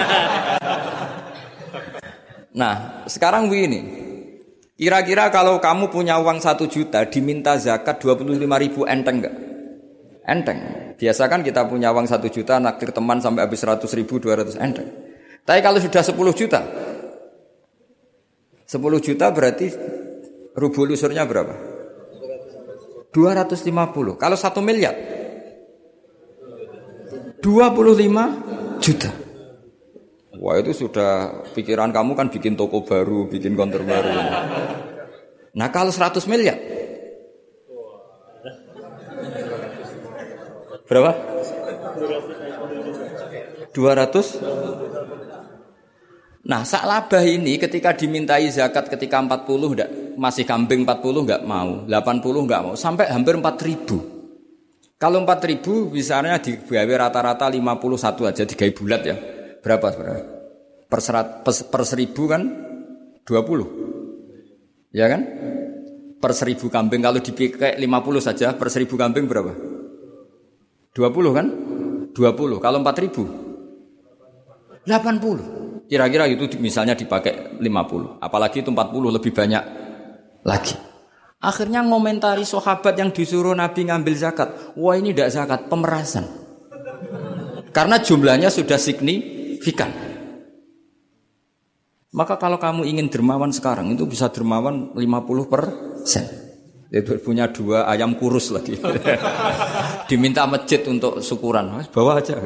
Nah, sekarang begini. Kira-kira kalau kamu punya uang satu juta diminta zakat dua puluh lima ribu enteng enggak? Enteng. Biasa kan kita punya uang satu juta naktir teman sampai habis seratus ribu, dua ratus enteng. Tapi kalau sudah sepuluh juta, sepuluh juta berarti rubul usurnya berapa? dua ratus lima puluh. Kalau satu miliar, dua puluh lima juta. Wah, itu sudah pikiran kamu kan bikin toko baru, bikin konter baru. Nah, kalau seratus miliar, berapa? dua ratus. Nah, sak labah ini ketika dimintai zakat ketika empat puluh enggak, masih kambing empat puluh enggak mau, delapan puluh enggak mau, sampai hampir empat ribu. Kalau empat ribu misalnya digawe rata-rata lima puluh satu aja digawe bulat ya. Berapa sebenarnya? Per, serat, per, per seribu kan dua puluh. Ya kan? Per seribu kambing kalau dipakai lima puluh saja per seribu kambing berapa? dua puluh kan? dua puluh. Kalau empat ribu delapan puluh. Kira-kira itu misalnya dipakai lima puluh. Apalagi itu empat puluh lebih banyak lagi. Akhirnya ngomentari sahabat yang disuruh Nabi ngambil zakat. Wah, ini tidak zakat, pemerasan. Karena jumlahnya sudah signifikan. Maka kalau kamu ingin dermawan sekarang itu bisa dermawan lima puluh persen. Itu punya dua ayam kurus lagi. Diminta masjid untuk syukuran. Bawa aja.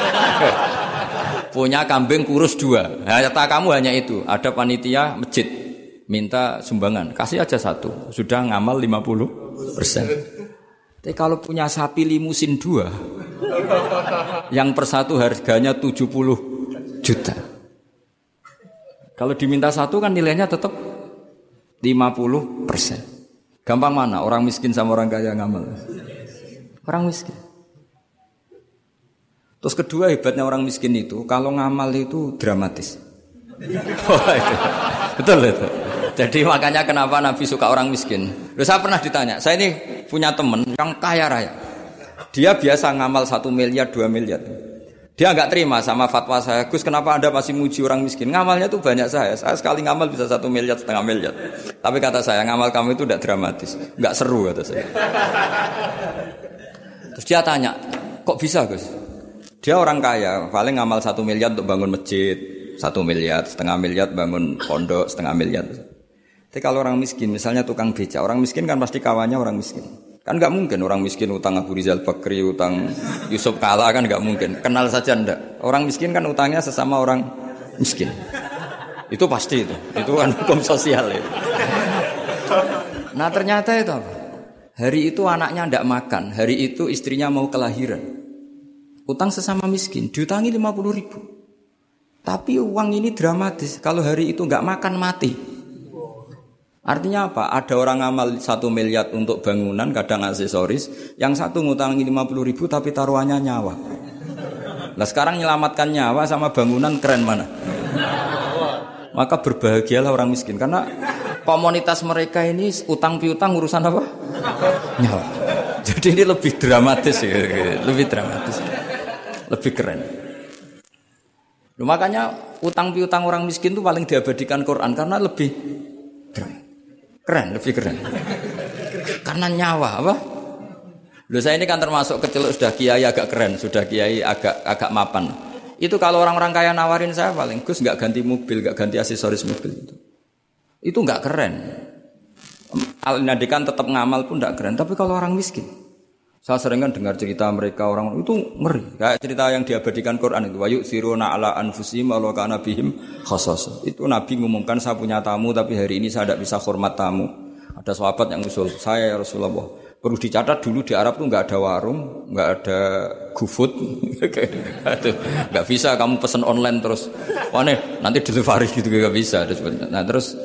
Punya kambing kurus dua. Nah, kata kamu hanya itu. Ada panitia masjid minta sumbangan, kasih aja satu. Sudah ngamal lima puluh persen. Tapi kalau punya sapi limusin dua, yang per satu harganya tujuh puluh juta. Kalau diminta satu kan nilainya tetap lima puluh persen. Gampang mana? Orang miskin sama orang kaya ngamal? Orang miskin. Terus kedua hebatnya orang miskin itu, kalau ngamal itu dramatis. Oh, itu. Betul itu. Jadi makanya kenapa Nabi suka orang miskin. Loh, saya pernah ditanya, saya ini punya teman yang kaya raya. Dia biasa ngamal satu miliar, dua miliar. Dia nggak terima sama fatwa saya, Gus kenapa Anda masih muji orang miskin? Ngamalnya tuh banyak saya. Saya sekali ngamal bisa satu miliar, setengah miliar. Tapi kata saya, ngamal kamu itu tidak dramatis. Nggak seru kata saya. Terus dia tanya, kok bisa Gus? Dia orang kaya, paling ngamal satu miliar untuk bangun masjid, satu miliar, setengah miliar bangun pondok, setengah miliar. Tapi kalau orang miskin, misalnya tukang beca, orang miskin kan pasti kawannya orang miskin. Kan nggak mungkin orang miskin utang Abu Rizal Bakri, utang Yusuf Kala kan nggak mungkin. Kenal saja ndak. Orang miskin kan utangnya sesama orang miskin. Itu pasti itu. Itu kan hukum sosial itu. Nah ternyata itu apa? Hari itu anaknya ndak makan, hari itu istrinya mau kelahiran. Utang sesama miskin, diutangi lima puluh ribu. Tapi uang ini dramatis. Kalau hari itu nggak makan mati. Artinya apa? Ada orang ngamal satu miliar untuk bangunan, kadang aksesoris. Yang satu ngutangi lima puluh ribu tapi taruhannya nyawa. Nah sekarang menyelamatkan nyawa sama bangunan keren mana? Maka berbahagialah orang miskin. Karena komunitas mereka ini utang piutang urusan apa? Nyawa. Jadi ini lebih dramatis. Lebih dramatis. Lebih keren. Loh, makanya utang piutang orang miskin itu paling diabadikan Quran karena lebih keren, keren lebih keren. Karena nyawa apa? Loh saya ini kan termasuk kecil sudah kiai agak keren, sudah kiai agak agak mapan. Itu kalau orang-orang kaya nawarin saya paling Gus nggak ganti mobil, nggak ganti aksesoris mobil itu. Itu nggak keren. Al-Nadikan tetap ngamal pun nggak keren. Tapi kalau orang miskin. Saya sering kan dengar cerita mereka orang itu ngeri. Kayak cerita yang diabadikan Quran itu. Wa yu'thiruna ala anfusihim walau kana bihim khassasah. Itu Nabi ngumumkan saya punya tamu tapi hari ini saya tidak bisa hormat tamu. Ada sahabat yang usul, saya ya Rasulullah. Perlu dicatat dulu di Arab tuh enggak ada warung, enggak ada GoFood. Enggak bisa kamu pesen online terus. Wah nih, nanti delivery gitu enggak bisa. Nah, terus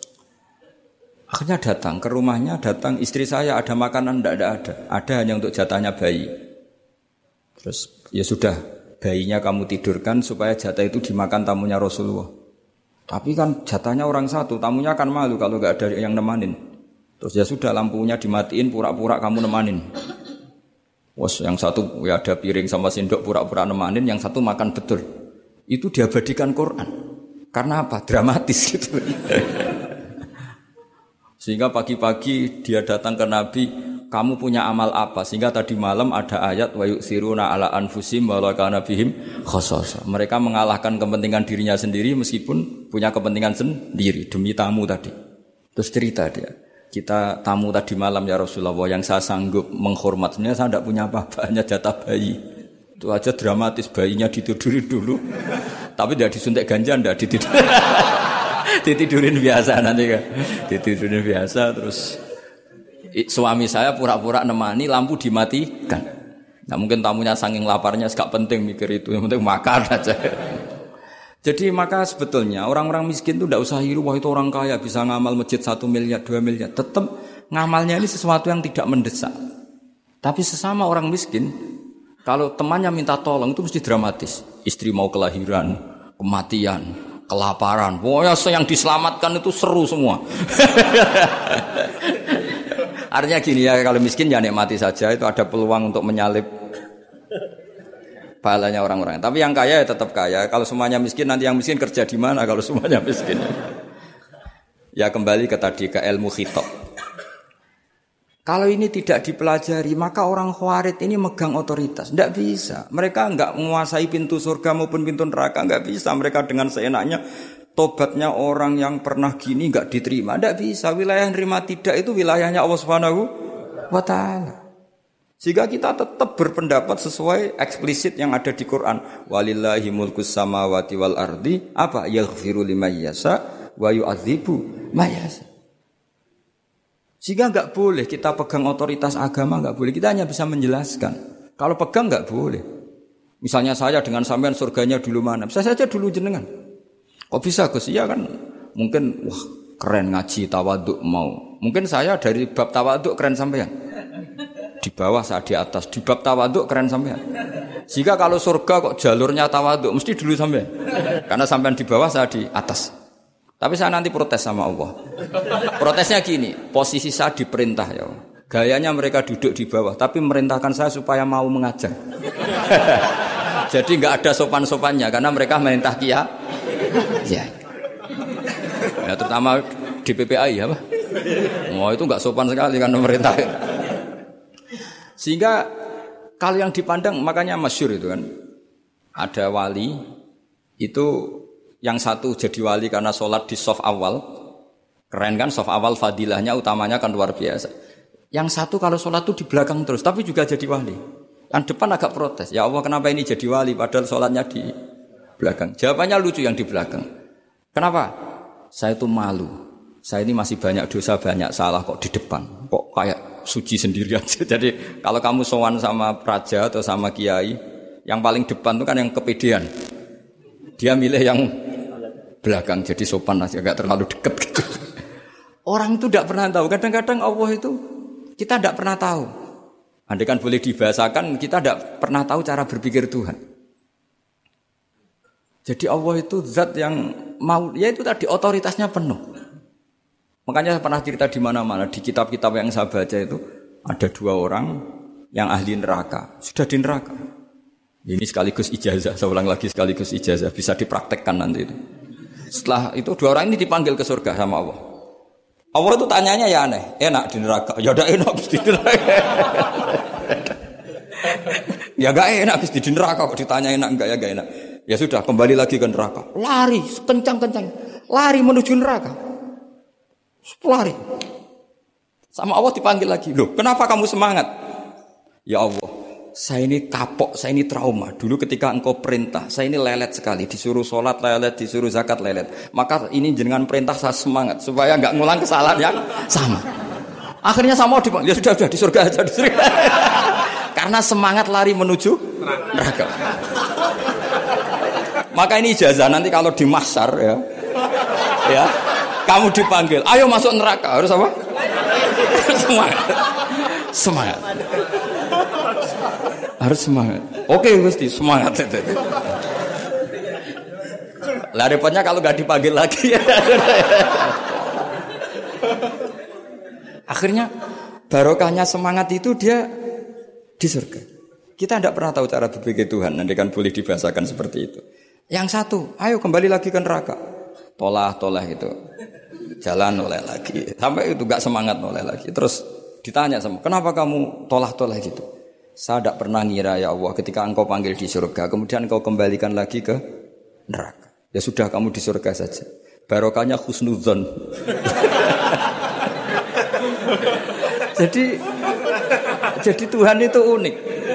akhirnya datang ke rumahnya, datang istri saya ada makanan, enggak ada, ada. Ada hanya untuk jatahnya bayi. Terus ya sudah, bayinya kamu tidurkan supaya jatah itu dimakan tamunya Rasulullah. Tapi kan jatahnya orang satu, tamunya kan malu kalau enggak ada yang nemanin. Terus ya sudah lampunya dimatiin, pura-pura kamu nemanin. Wos yang satu ya ada piring sama sendok pura-pura nemanin, yang satu makan betul. Itu diabadikan Quran. Karena apa? Dramatis gitu. Sehingga pagi-pagi dia datang ke Nabi, kamu punya amal apa? Sehingga tadi malam ada ayat wa yu'thiruna ala anfusihim wa law kana bihim khassasa. Mereka mengalahkan kepentingan dirinya sendiri meskipun punya kepentingan sendiri demi tamu tadi. Terus cerita dia, kita tamu tadi malam ya Rasulullah, yang saya sanggup menghormatnya saya tidak punya apa-apa, hanya jatah bayi. Itu aja dramatis, bayinya ditidurin dulu. Tapi tidak disuntik ganja, tidak ditidurin. Ditidurin biasa nanti kan. Ditidurin biasa terus suami saya pura-pura nemani, lampu dimatikan. Nah mungkin tamunya saking laparnya gak penting mikir itu, yang penting makan aja. Jadi maka sebetulnya orang-orang miskin itu tidak usah hiru, wah itu orang kaya bisa ngamal masjid satu miliar, dua miliar. Tetap ngamalnya ini sesuatu yang tidak mendesak. Tapi sesama orang miskin, kalau temannya minta tolong itu mesti dramatis. Istri mau kelahiran, kematian, kelaparan. Pokoknya yang diselamatkan itu seru semua. Artinya gini ya, kalau miskin ya nikmati saja, itu ada peluang untuk menyalip pahalanya orang-orang. Tapi yang kaya ya tetap kaya. Kalau semuanya miskin, nanti yang miskin kerja di mana kalau semuanya miskin? Ya kembali ke tadi, ke ilmu khitab. Kalau ini tidak dipelajari, maka orang khawarij ini megang otoritas. Tidak bisa. Mereka enggak menguasai pintu surga maupun pintu neraka. Enggak bisa. Mereka dengan seenaknya, tobatnya orang yang pernah gini enggak diterima. Tidak bisa. Wilayah yang nerima tidak itu wilayahnya Allah Subhanahu wa Ta'ala. Sehingga kita tetap berpendapat sesuai eksplisit yang ada di Quran. Walillahi mulkus samawati wal ardi. Apa? Yaghfiru liman yasha wa yu'adzibu man yasha. Sehingga enggak boleh kita pegang otoritas agama, enggak boleh. Kita hanya bisa menjelaskan. Kalau pegang enggak boleh. Misalnya saya dengan sampean surganya dulu mana? Bisa saja dulu jenengan. Kok bisa Gus? Iya kan mungkin wah keren ngaji tawaduk mau. Mungkin saya dari bab tawaduk keren sampean. Di bawah saya di atas, di bab tawaduk keren sampean. Jika kalau surga kok jalurnya tawaduk, mesti dulu sampean. Karena sampean di bawah, saya di atas. Tapi saya nanti protes sama Allah. Protesnya gini, posisi saya diperintah ya. Gayanya mereka duduk di bawah, tapi merintahkan saya supaya mau mengajar. Jadi nggak ada sopan-sopannya, karena mereka merintah kia. Ya. Ya terutama di P P A I ya, Pak. Wah itu nggak sopan sekali karena merintah. Sehingga kalau yang dipandang, makanya masyhur itu kan, ada wali itu yang satu jadi wali karena sholat di shaf awal, keren kan, shaf awal fadilahnya utamanya kan luar biasa. Yang satu kalau sholat itu di belakang terus, tapi juga jadi wali. Yang depan agak protes, ya Allah kenapa ini jadi wali padahal sholatnya di belakang. Jawabannya lucu yang di belakang. Kenapa? Saya itu malu, saya ini masih banyak dosa, banyak salah kok di depan, kok kayak suci sendiri aja. Jadi kalau kamu sowan sama praja atau sama kiai, yang paling depan itu kan yang kepedean. Dia milih yang belakang, jadi sopan aja, gak terlalu dekat gitu. Orang itu tidak pernah tahu. Kadang-kadang Allah itu kita tidak pernah tahu. Andai kan boleh dibahasakan, kita tidak pernah tahu cara berpikir Tuhan. Jadi Allah itu zat yang mau, ya itu tadi otoritasnya penuh. Makanya saya pernah cerita di mana-mana, di kitab-kitab yang saya baca itu ada dua orang yang ahli neraka, sudah di neraka. Ini sekaligus ijazah, saya ulang lagi sekaligus ijazah, bisa dipraktekkan nanti itu. Setelah itu dua orang ini dipanggil ke surga sama Allah. Allah itu tanyanya ya aneh, enak di neraka, ya udah enak di neraka. Ya gak enak di neraka kok ditanya enak enggak ya gak enak. Ya sudah kembali lagi ke neraka, lari kencang-kencang, lari menuju neraka. Lari. Sama Allah dipanggil lagi. Loh, kenapa kamu semangat? Ya Allah, saya ini kapok, saya ini trauma. Dulu ketika engkau perintah, saya ini lelet sekali. Disuruh sholat lelet, disuruh zakat lelet. Maka ini jenengan perintah saya semangat supaya enggak ngulang kesalahan yang sama. Akhirnya sama Allah dipanggil. Ya sudah, sudah di surga aja, di surga. Karena semangat lari menuju neraka. Maka ini ijazah nanti kalau di mahsyar ya. Ya. Kamu dipanggil, ayo masuk neraka, harus apa? Semangat. Semangat. Harus semangat. Oke, mesti semangat. Lah repotnya kalau gak dipanggil lagi. Akhirnya barokahnya semangat itu dia di surga. Kita tidak pernah tahu cara berpikir Tuhan, nanti kan boleh dibahasakan seperti itu. Yang satu, ayo kembali lagi ke neraka. Tolah, tolah itu. Jalan noleh lagi. Sampai itu gak semangat noleh lagi. Terus ditanya sama, kenapa kamu tolah-tolah gitu? Saya tidak pernah ngira ya Allah ketika engkau panggil di surga, kemudian engkau kembalikan lagi ke neraka. Ya sudah kamu di surga saja. Barokahnya husnudzon. Jadi jadi Tuhan itu unik.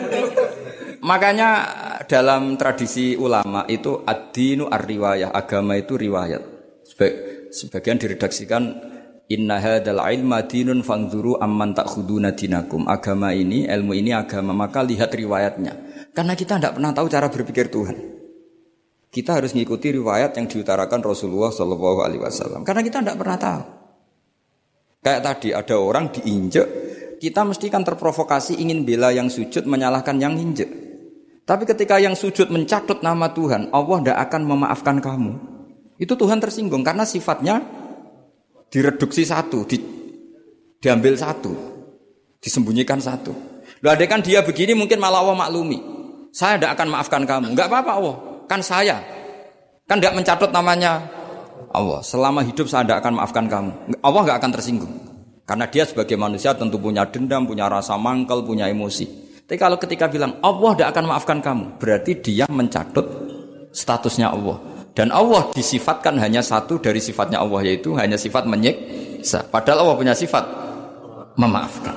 Makanya dalam tradisi ulama itu ad-dinu ar-riwayah, agama itu riwayat. Sebagian diredaksikan inna hadzal ilma dinun fanzuru amman ta'khuduna dinakum. Agama ini, ilmu ini agama, maka lihat riwayatnya. Karena kita tidak pernah tahu cara berpikir Tuhan. Kita harus mengikuti riwayat yang diutarakan Rasulullah shallallahu alaihi wasallam. Karena kita tidak pernah tahu. Kayak tadi ada orang diinjek, kita mesti kan terprovokasi ingin bela yang sujud menyalahkan yang injek. Tapi ketika yang sujud mencatut nama Tuhan, Allah tidak akan memaafkan kamu. Itu Tuhan tersinggung karena sifatnya direduksi satu, di, diambil satu, disembunyikan satu. Loh ada kan dia begini mungkin malah Allah maklumi. Saya tidak akan maafkan kamu. Enggak apa-apa Allah, kan saya. Kan tidak mencatut namanya Allah. Selama hidup saya tidak akan maafkan kamu. Allah enggak akan tersinggung. Karena dia sebagai manusia tentu punya dendam, punya rasa mangkel, punya emosi. Tapi kalau ketika bilang Allah tidak akan maafkan kamu, berarti dia mencatut statusnya Allah. Dan Allah disifatkan hanya satu dari sifatnya Allah, yaitu hanya sifat menyiksa. Padahal Allah punya sifat memaafkan.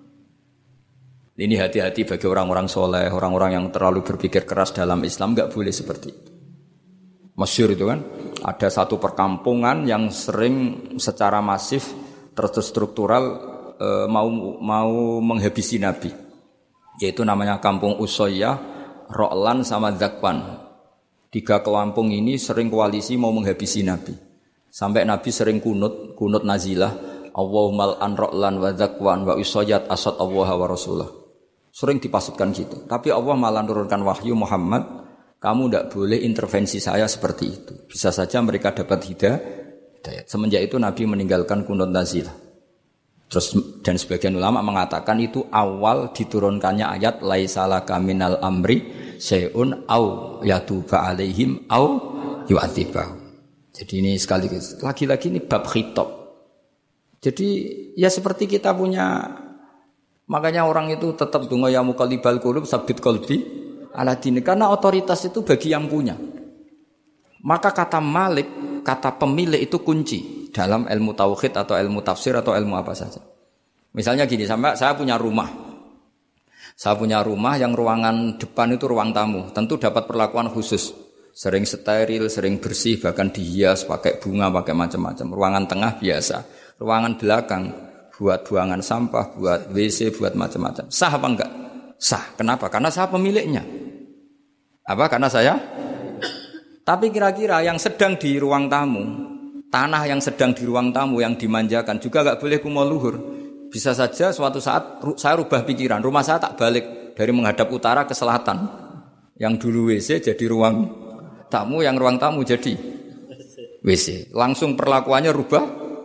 Ini hati-hati bagi orang-orang soleh, orang-orang yang terlalu berpikir keras dalam Islam, nggak boleh seperti itu. Masyhur itu kan, ada satu perkampungan yang sering secara masif terstruktural e, mau mau menghabisi Nabi. Yaitu namanya kampung Usoyyah, Ro'lan sama Zakwan. Tiga kampung ini sering koalisi mau menghabisi Nabi. Sampai Nabi sering kunut, kunut nazilah, Allahumma an Ro'lan wa Zakwan wa Usoyyat asad Allah wa Rasulah. Sering dipasutkan gitu. Tapi Allah malah menurunkan wahyu Muhammad, kamu tidak boleh intervensi saya seperti itu. Bisa saja mereka dapat hidayah. Semenjak itu Nabi meninggalkan kunut nazilah. Terus dan sebagian ulama mengatakan itu awal diturunkannya ayat laisalaka minal amri syai'un au yatuba alaihim au yu'adzibahum. Jadi ini sekali lagi-lagi ini bab khitab. Jadi ya seperti kita punya, makanya orang itu tetap donga ya muqallibal qulub sabit qalbi ala dini, karena otoritas itu bagi yang punya. Maka kata malik, kata pemilik itu kunci dalam ilmu tauhid atau ilmu tafsir atau ilmu apa saja. Misalnya gini, sampai saya punya rumah. Saya punya rumah yang ruangan depan itu ruang tamu, tentu dapat perlakuan khusus. Sering steril, sering bersih, bahkan dihias pakai bunga, pakai macam-macam. Ruangan tengah biasa, ruangan belakang buat buangan sampah, buat W C, buat macam-macam. Sah apa enggak? Sah. Kenapa? Karena saya pemiliknya. Apa? Karena saya. Tapi kira-kira yang sedang di ruang tamu, tanah yang sedang di ruang tamu yang dimanjakan juga enggak boleh kumo luhur. Bisa saja suatu saat saya rubah pikiran, rumah saya tak balik dari menghadap utara ke selatan. Yang dulu W C jadi ruang tamu, yang ruang tamu jadi W C. Langsung perlakuannya rubah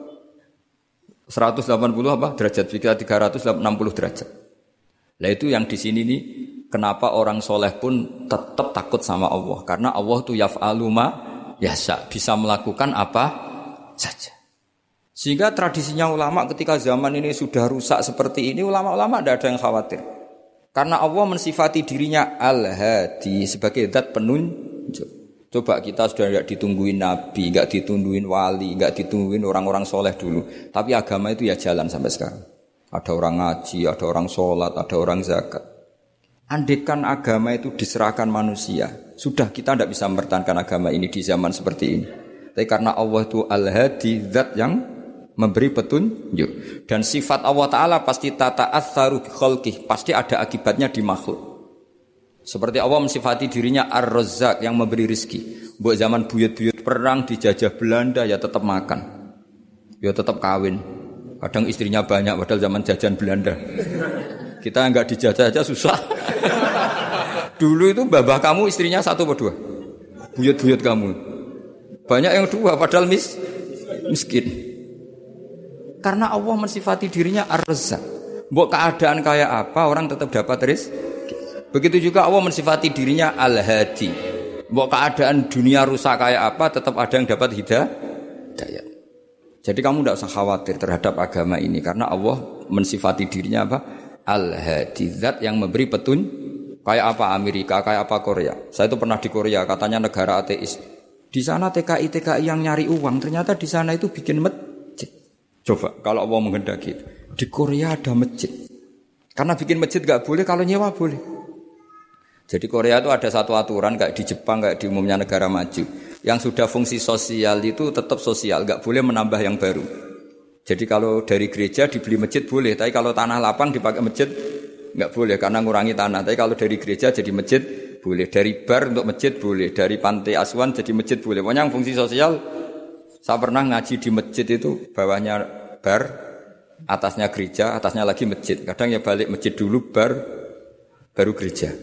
seratus delapan puluh apa derajat, tiga ratus enam puluh derajat. Nah itu yang di sini nih, kenapa orang soleh pun tetap takut sama Allah, karena Allah itu yaf'alu ma yasha, bisa melakukan apa saja. Sehingga tradisinya ulama ketika zaman ini sudah rusak seperti ini, ulama-ulama tidak ada yang khawatir. Karena Allah mensifati dirinya Al-Hadi sebagai zat penunjuk. Coba kita sudah tidak ditungguin nabi, tidak ditungguin wali, tidak ditungguin orang-orang soleh dulu. Tapi agama itu ya jalan sampai sekarang. Ada orang ngaji, ada orang sholat, ada orang zakat. Andaikan agama itu diserahkan manusia, sudah kita tidak bisa mempertahankan agama ini di zaman seperti ini. Tapi karena Allah itu Al-Hadi, zat yang memberi petunjuk. Dan sifat Allah Ta'ala pasti tata'atsaru bi khalqih, pasti ada akibatnya di makhluk. Seperti Allah mensifati dirinya Ar-Razzaq, yang memberi rizki. Buat zaman buyut-buyut perang dijajah Belanda ya tetap makan, ya tetap kawin. Kadang istrinya banyak padahal zaman jajan Belanda. Kita enggak dijajah aja susah. Dulu itu babah kamu istrinya satu atau dua? Buyut-buyut kamu banyak yang dua padahal mis miskin. Karena Allah mensifati dirinya Ar-Razzaq. Mbok keadaan kayak apa orang tetap dapat rezeki. Begitu juga Allah mensifati dirinya Al-Hadi. Mbok keadaan dunia rusak kayak apa, tetap ada yang dapat hidayah. Jadi kamu tidak usah khawatir terhadap agama ini, karena Allah mensifati dirinya apa? Al-Hadi, zat yang memberi petun. Kayak apa Amerika, kayak apa Korea. Saya itu pernah di Korea, katanya negara ateis. Di sana T K I T K I yang nyari uang, ternyata di sana itu bikin masjid. Coba kalau Allah menghendaki, di Korea ada masjid. Karena bikin masjid gak boleh, kalau nyewa boleh. Jadi Korea itu ada satu aturan kayak di Jepang, kayak di umumnya negara maju. Yang sudah fungsi sosial itu tetap sosial, gak boleh menambah yang baru. Jadi kalau dari gereja dibeli masjid boleh, tapi kalau tanah lapang dipakai masjid enggak boleh karena ngurangi tanah. Tapi kalau dari gereja jadi masjid boleh, dari bar untuk masjid boleh, dari pantai asuhan jadi masjid boleh. Pokoknya yang fungsi sosial. Saya pernah ngaji di masjid itu, bawahnya bar, atasnya gereja, atasnya lagi masjid. Kadang ya balik masjid dulu, bar, baru gereja.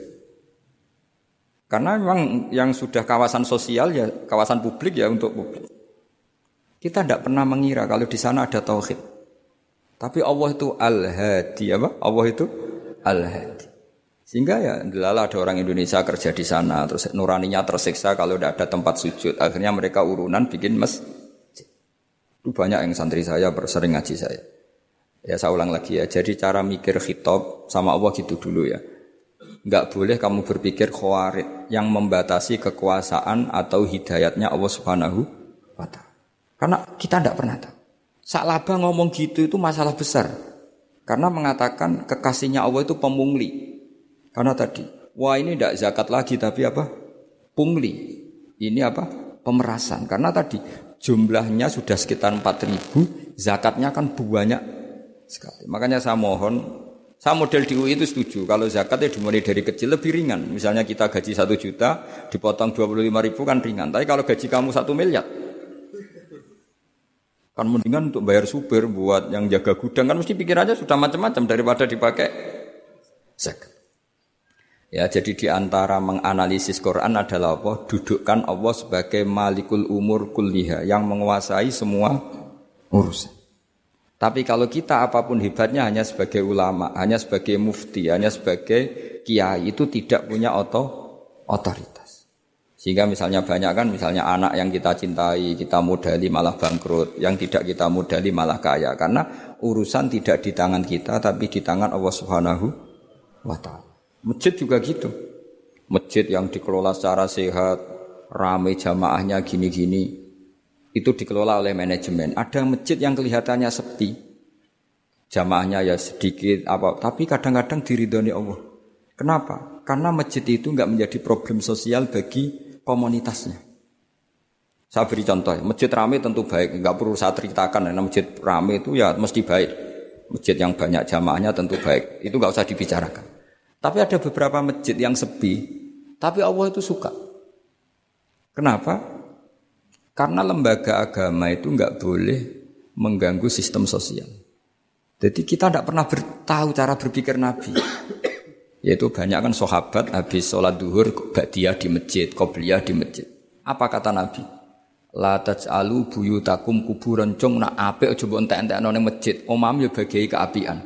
Karena memang yang sudah kawasan sosial ya kawasan publik ya untuk publik. Kita tidak pernah mengira kalau di sana ada tauhid. Tapi Allah itu Al-Hadi, apa? Allah itu Al-Hadi. Sehingga ya delala ada orang Indonesia kerja di sana, terus nuraninya tersiksa kalau tidak ada tempat sujud. Akhirnya mereka urunan bikin masjid. Itu banyak yang santri saya bersering ngaji saya. Ya saya ulang lagi ya. Jadi cara mikir khitab sama Allah gitu dulu ya. Enggak boleh kamu berpikir khawarid yang membatasi kekuasaan atau hidayatnya Allah Subhanahu wa taala. Karena kita tidak pernah tahu. Sa'labah ngomong gitu itu masalah besar. Karena mengatakan kekasihnya Allah itu pemungli. Karena tadi, wah ini tidak zakat lagi tapi apa? Pungli. Ini apa? Pemerasan. Karena tadi jumlahnya sudah sekitar empat ribu, zakatnya kan banyak sekali. Makanya saya mohon, saya model di U I itu setuju. Kalau zakatnya dimulai dari kecil lebih ringan. Misalnya kita gaji satu juta, dipotong dua puluh lima ribu kan ringan. Tapi kalau gaji kamu satu miliar, kan mendingan untuk bayar supir buat yang jaga gudang, kan mesti pikirannya sudah macam-macam daripada dipakai zakat. Ya, jadi di antara menganalisis Quran adalah apa? Dudukkan Allah sebagai Malikul Umur Kulliha, yang menguasai semua urusan. Tapi kalau kita apapun hebatnya hanya sebagai ulama, hanya sebagai mufti, hanya sebagai kiai, itu tidak punya oto, otoritas. Sehingga misalnya banyak kan, misalnya anak yang kita cintai, kita modali malah bangkrut, yang tidak kita modali malah kaya. Karena urusan tidak di tangan kita, tapi di tangan Allah Subhanahu wa ta'ala. Masjid juga gitu. Masjid yang dikelola secara sehat, ramai jamaahnya gini-gini, itu dikelola oleh manajemen. Ada masjid yang kelihatannya sepi, jamaahnya ya sedikit, apa, tapi kadang-kadang diridhoni Allah. Kenapa? Karena masjid itu enggak menjadi problem sosial bagi komunitasnya. Saya beri contoh, masjid ramai tentu baik, enggak perlu saya ceritakan, karena masjid ramai itu ya mesti baik. Masjid yang banyak jamaahnya tentu baik, itu enggak usah dibicarakan. Tapi ada beberapa masjid yang sepi, tapi Allah itu suka. Kenapa? Karena lembaga agama itu enggak boleh mengganggu sistem sosial. Jadi kita tidak pernah tahu cara berpikir Nabi. Yaitu banyak kan sahabat habis sholat duhur ba'diyah di masjid, qobliyah di masjid. Apa kata Nabi? La taj'alu buyutakum kuburan, cung nak apik aja mbok entek-entekno ning masjid. Omam ya bagai keapian.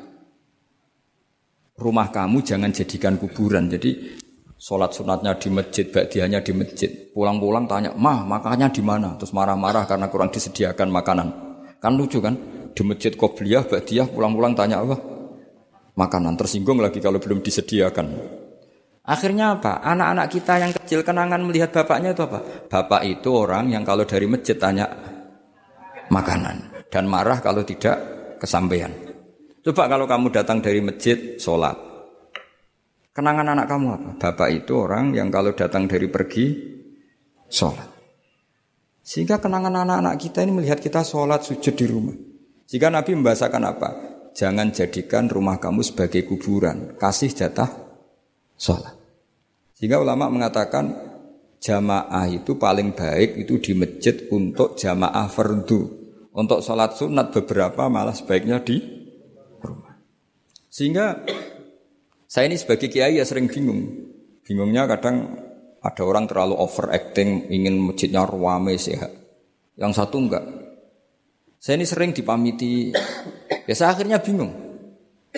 Rumah kamu jangan jadikan kuburan. Jadi sholat sunatnya di masjid, ba'diyahnya di masjid. Pulang-pulang tanya, "Mah, makannya di mana?" Terus marah-marah karena kurang disediakan makanan. Kan lucu kan? Di masjid qobliyah, ba'diyah pulang-pulang tanya apa? Makanan, tersinggung lagi kalau belum disediakan. Akhirnya apa? Anak-anak kita yang kecil kenangan melihat bapaknya itu apa? Bapak itu orang yang kalau dari masjid tanya makanan dan marah kalau tidak kesampaian. Coba kalau kamu datang dari masjid sholat, kenangan anak kamu apa? Bapak itu orang yang kalau datang dari pergi sholat. Sehingga kenangan anak-anak kita ini melihat kita sholat sujud di rumah. Sehingga Nabi membahasakan apa? Jangan jadikan rumah kamu sebagai kuburan, kasih jatah sholat. Sehingga ulama mengatakan jamaah itu paling baik itu di masjid untuk jamaah fardu. Untuk sholat sunat beberapa malah sebaiknya di rumah. Sehingga saya ini sebagai kiai ya sering bingung. Bingungnya kadang ada orang terlalu overacting, ingin masjidnya ruame sehat. Yang satu enggak. Saya ini sering dipamiti, ya saya akhirnya bingung.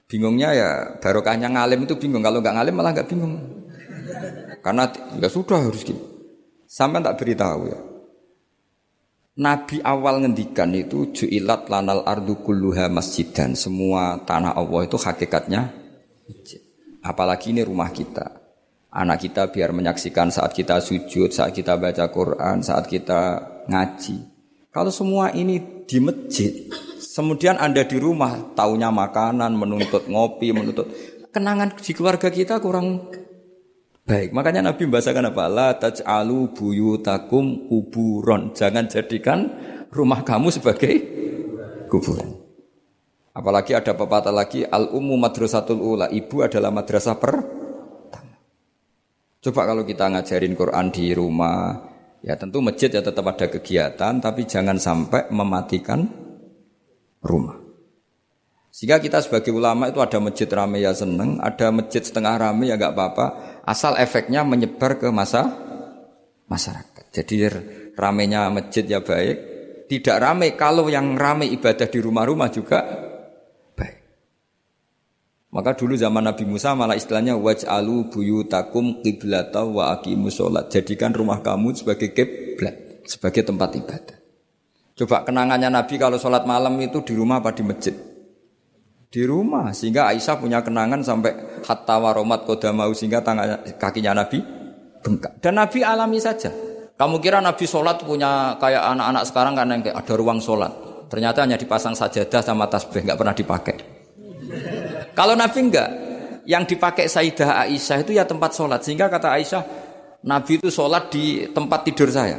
Bingungnya ya barokahnya ngalim itu bingung. Kalau nggak ngalim malah nggak bingung. Karena ya sudah harus gitu. Sampai tak beritahu ya. Nabi awal ngendikan itu ju'ilat lanal ardu kulluha masjidan. Semua tanah Allah itu hakikatnya masjid. Apalagi ini rumah kita. Anak kita biar menyaksikan saat kita sujud, saat kita baca Quran, saat kita ngaji. Kalau semua ini di masjid, kemudian Anda di rumah taunya makanan, menuntut ngopi, menuntut kenangan di keluarga kita kurang baik. Makanya Nabi membahasakan apa? La taj'alu buyutakum kuburon. Jangan jadikan rumah kamu sebagai kuburan. Apalagi ada pepatah lagi, al-ummu madrasatul ula. Ibu adalah madrasah pertama. Coba kalau kita ngajarin Quran di rumah, ya tentu masjid ya tetap ada kegiatan, tapi jangan sampai mematikan rumah. Sehingga kita sebagai ulama itu ada masjid rame ya seneng, ada masjid setengah rame ya enggak apa-apa, asal efeknya menyebar ke masa masyarakat. Jadi ramenya masjid ya baik, tidak rame kalau yang rame ibadah di rumah-rumah juga baik. Maka dulu zaman Nabi Musa malah istilahnya waj'alu buyutakum qiblata wa aqimus sholat. Jadikan rumah kamu sebagai kiblat, sebagai tempat ibadah. Coba kenangannya Nabi kalau sholat malam itu di rumah apa di masjid? Di rumah, sehingga Aisyah punya kenangan sampai hatta waromat kodamau, sehingga tangan kakinya Nabi bengkak. Dan Nabi alami saja. Kamu kira Nabi sholat punya kayak anak-anak sekarang kan yang ada ruang sholat. Ternyata hanya dipasang sajadah sama tasbih, nggak pernah dipakai. Kalau Nabi enggak, yang dipakai Sayyidah Aisyah itu ya tempat sholat. Sehingga kata Aisyah, Nabi itu sholat di tempat tidur saya.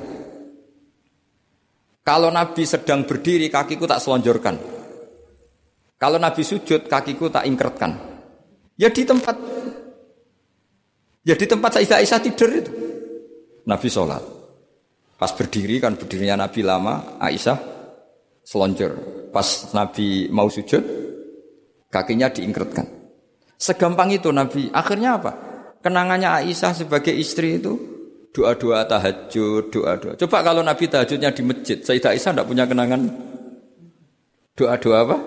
Kalau Nabi sedang berdiri, kakiku tak selonjorkan. Kalau Nabi sujud, kakiku tak ingkretkan. Ya di tempat, ya di tempat Sayyidah Aisyah tidur itu. Nabi sholat. Pas berdiri kan berdirinya Nabi lama, Aisyah selonjor. Pas Nabi mau sujud, kakinya diingkretkan. Segampang itu Nabi. Akhirnya apa? Kenangannya Aisyah sebagai istri itu doa-doa tahajud, doa-doa. Coba kalau Nabi tahajudnya di masjid, Sayyidah Aisyah tidak punya kenangan doa-doa apa?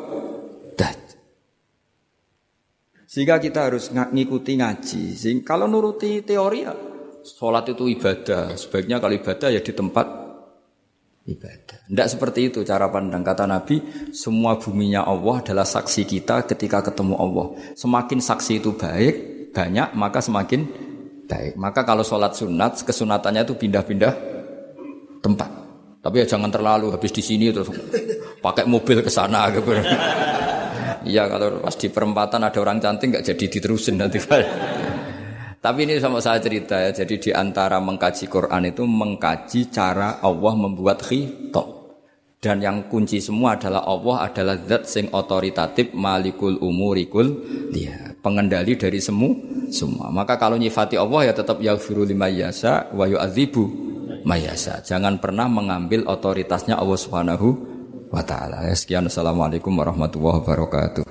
Sehingga kita harus ngikuti ngaji. Sehingga kalau nuruti teori ya, sholat itu ibadah. Sebaiknya kalau ibadah ya di tempat ibadah. Tidak seperti itu cara pandang. Kata Nabi, semua buminya Allah adalah saksi kita ketika ketemu Allah. Semakin saksi itu baik, banyak, maka semakin baik. Maka kalau sholat sunat, kesunatannya itu pindah-pindah tempat. Tapi ya jangan terlalu habis di sini terus pakai mobil ke sana gitu. Iya, kalau pas di perempatan ada orang cantik nggak jadi diterusin nanti. Tapi ini sama saya cerita ya. Jadi di antara mengkaji Quran itu mengkaji cara Allah membuat khitab. Dan yang kunci semua adalah Allah adalah zat sing otoritatif, malikul umurikul dia, pengendali dari semua semua. Maka kalau nyifati Allah ya tetap yaghfiru liman yasha wa yu'adzibu may yasha. Jangan pernah mengambil otoritasnya Allah Subhanahu wa ta'ala. Sekian, assalamualaikum warahmatullahi wabarakatuh.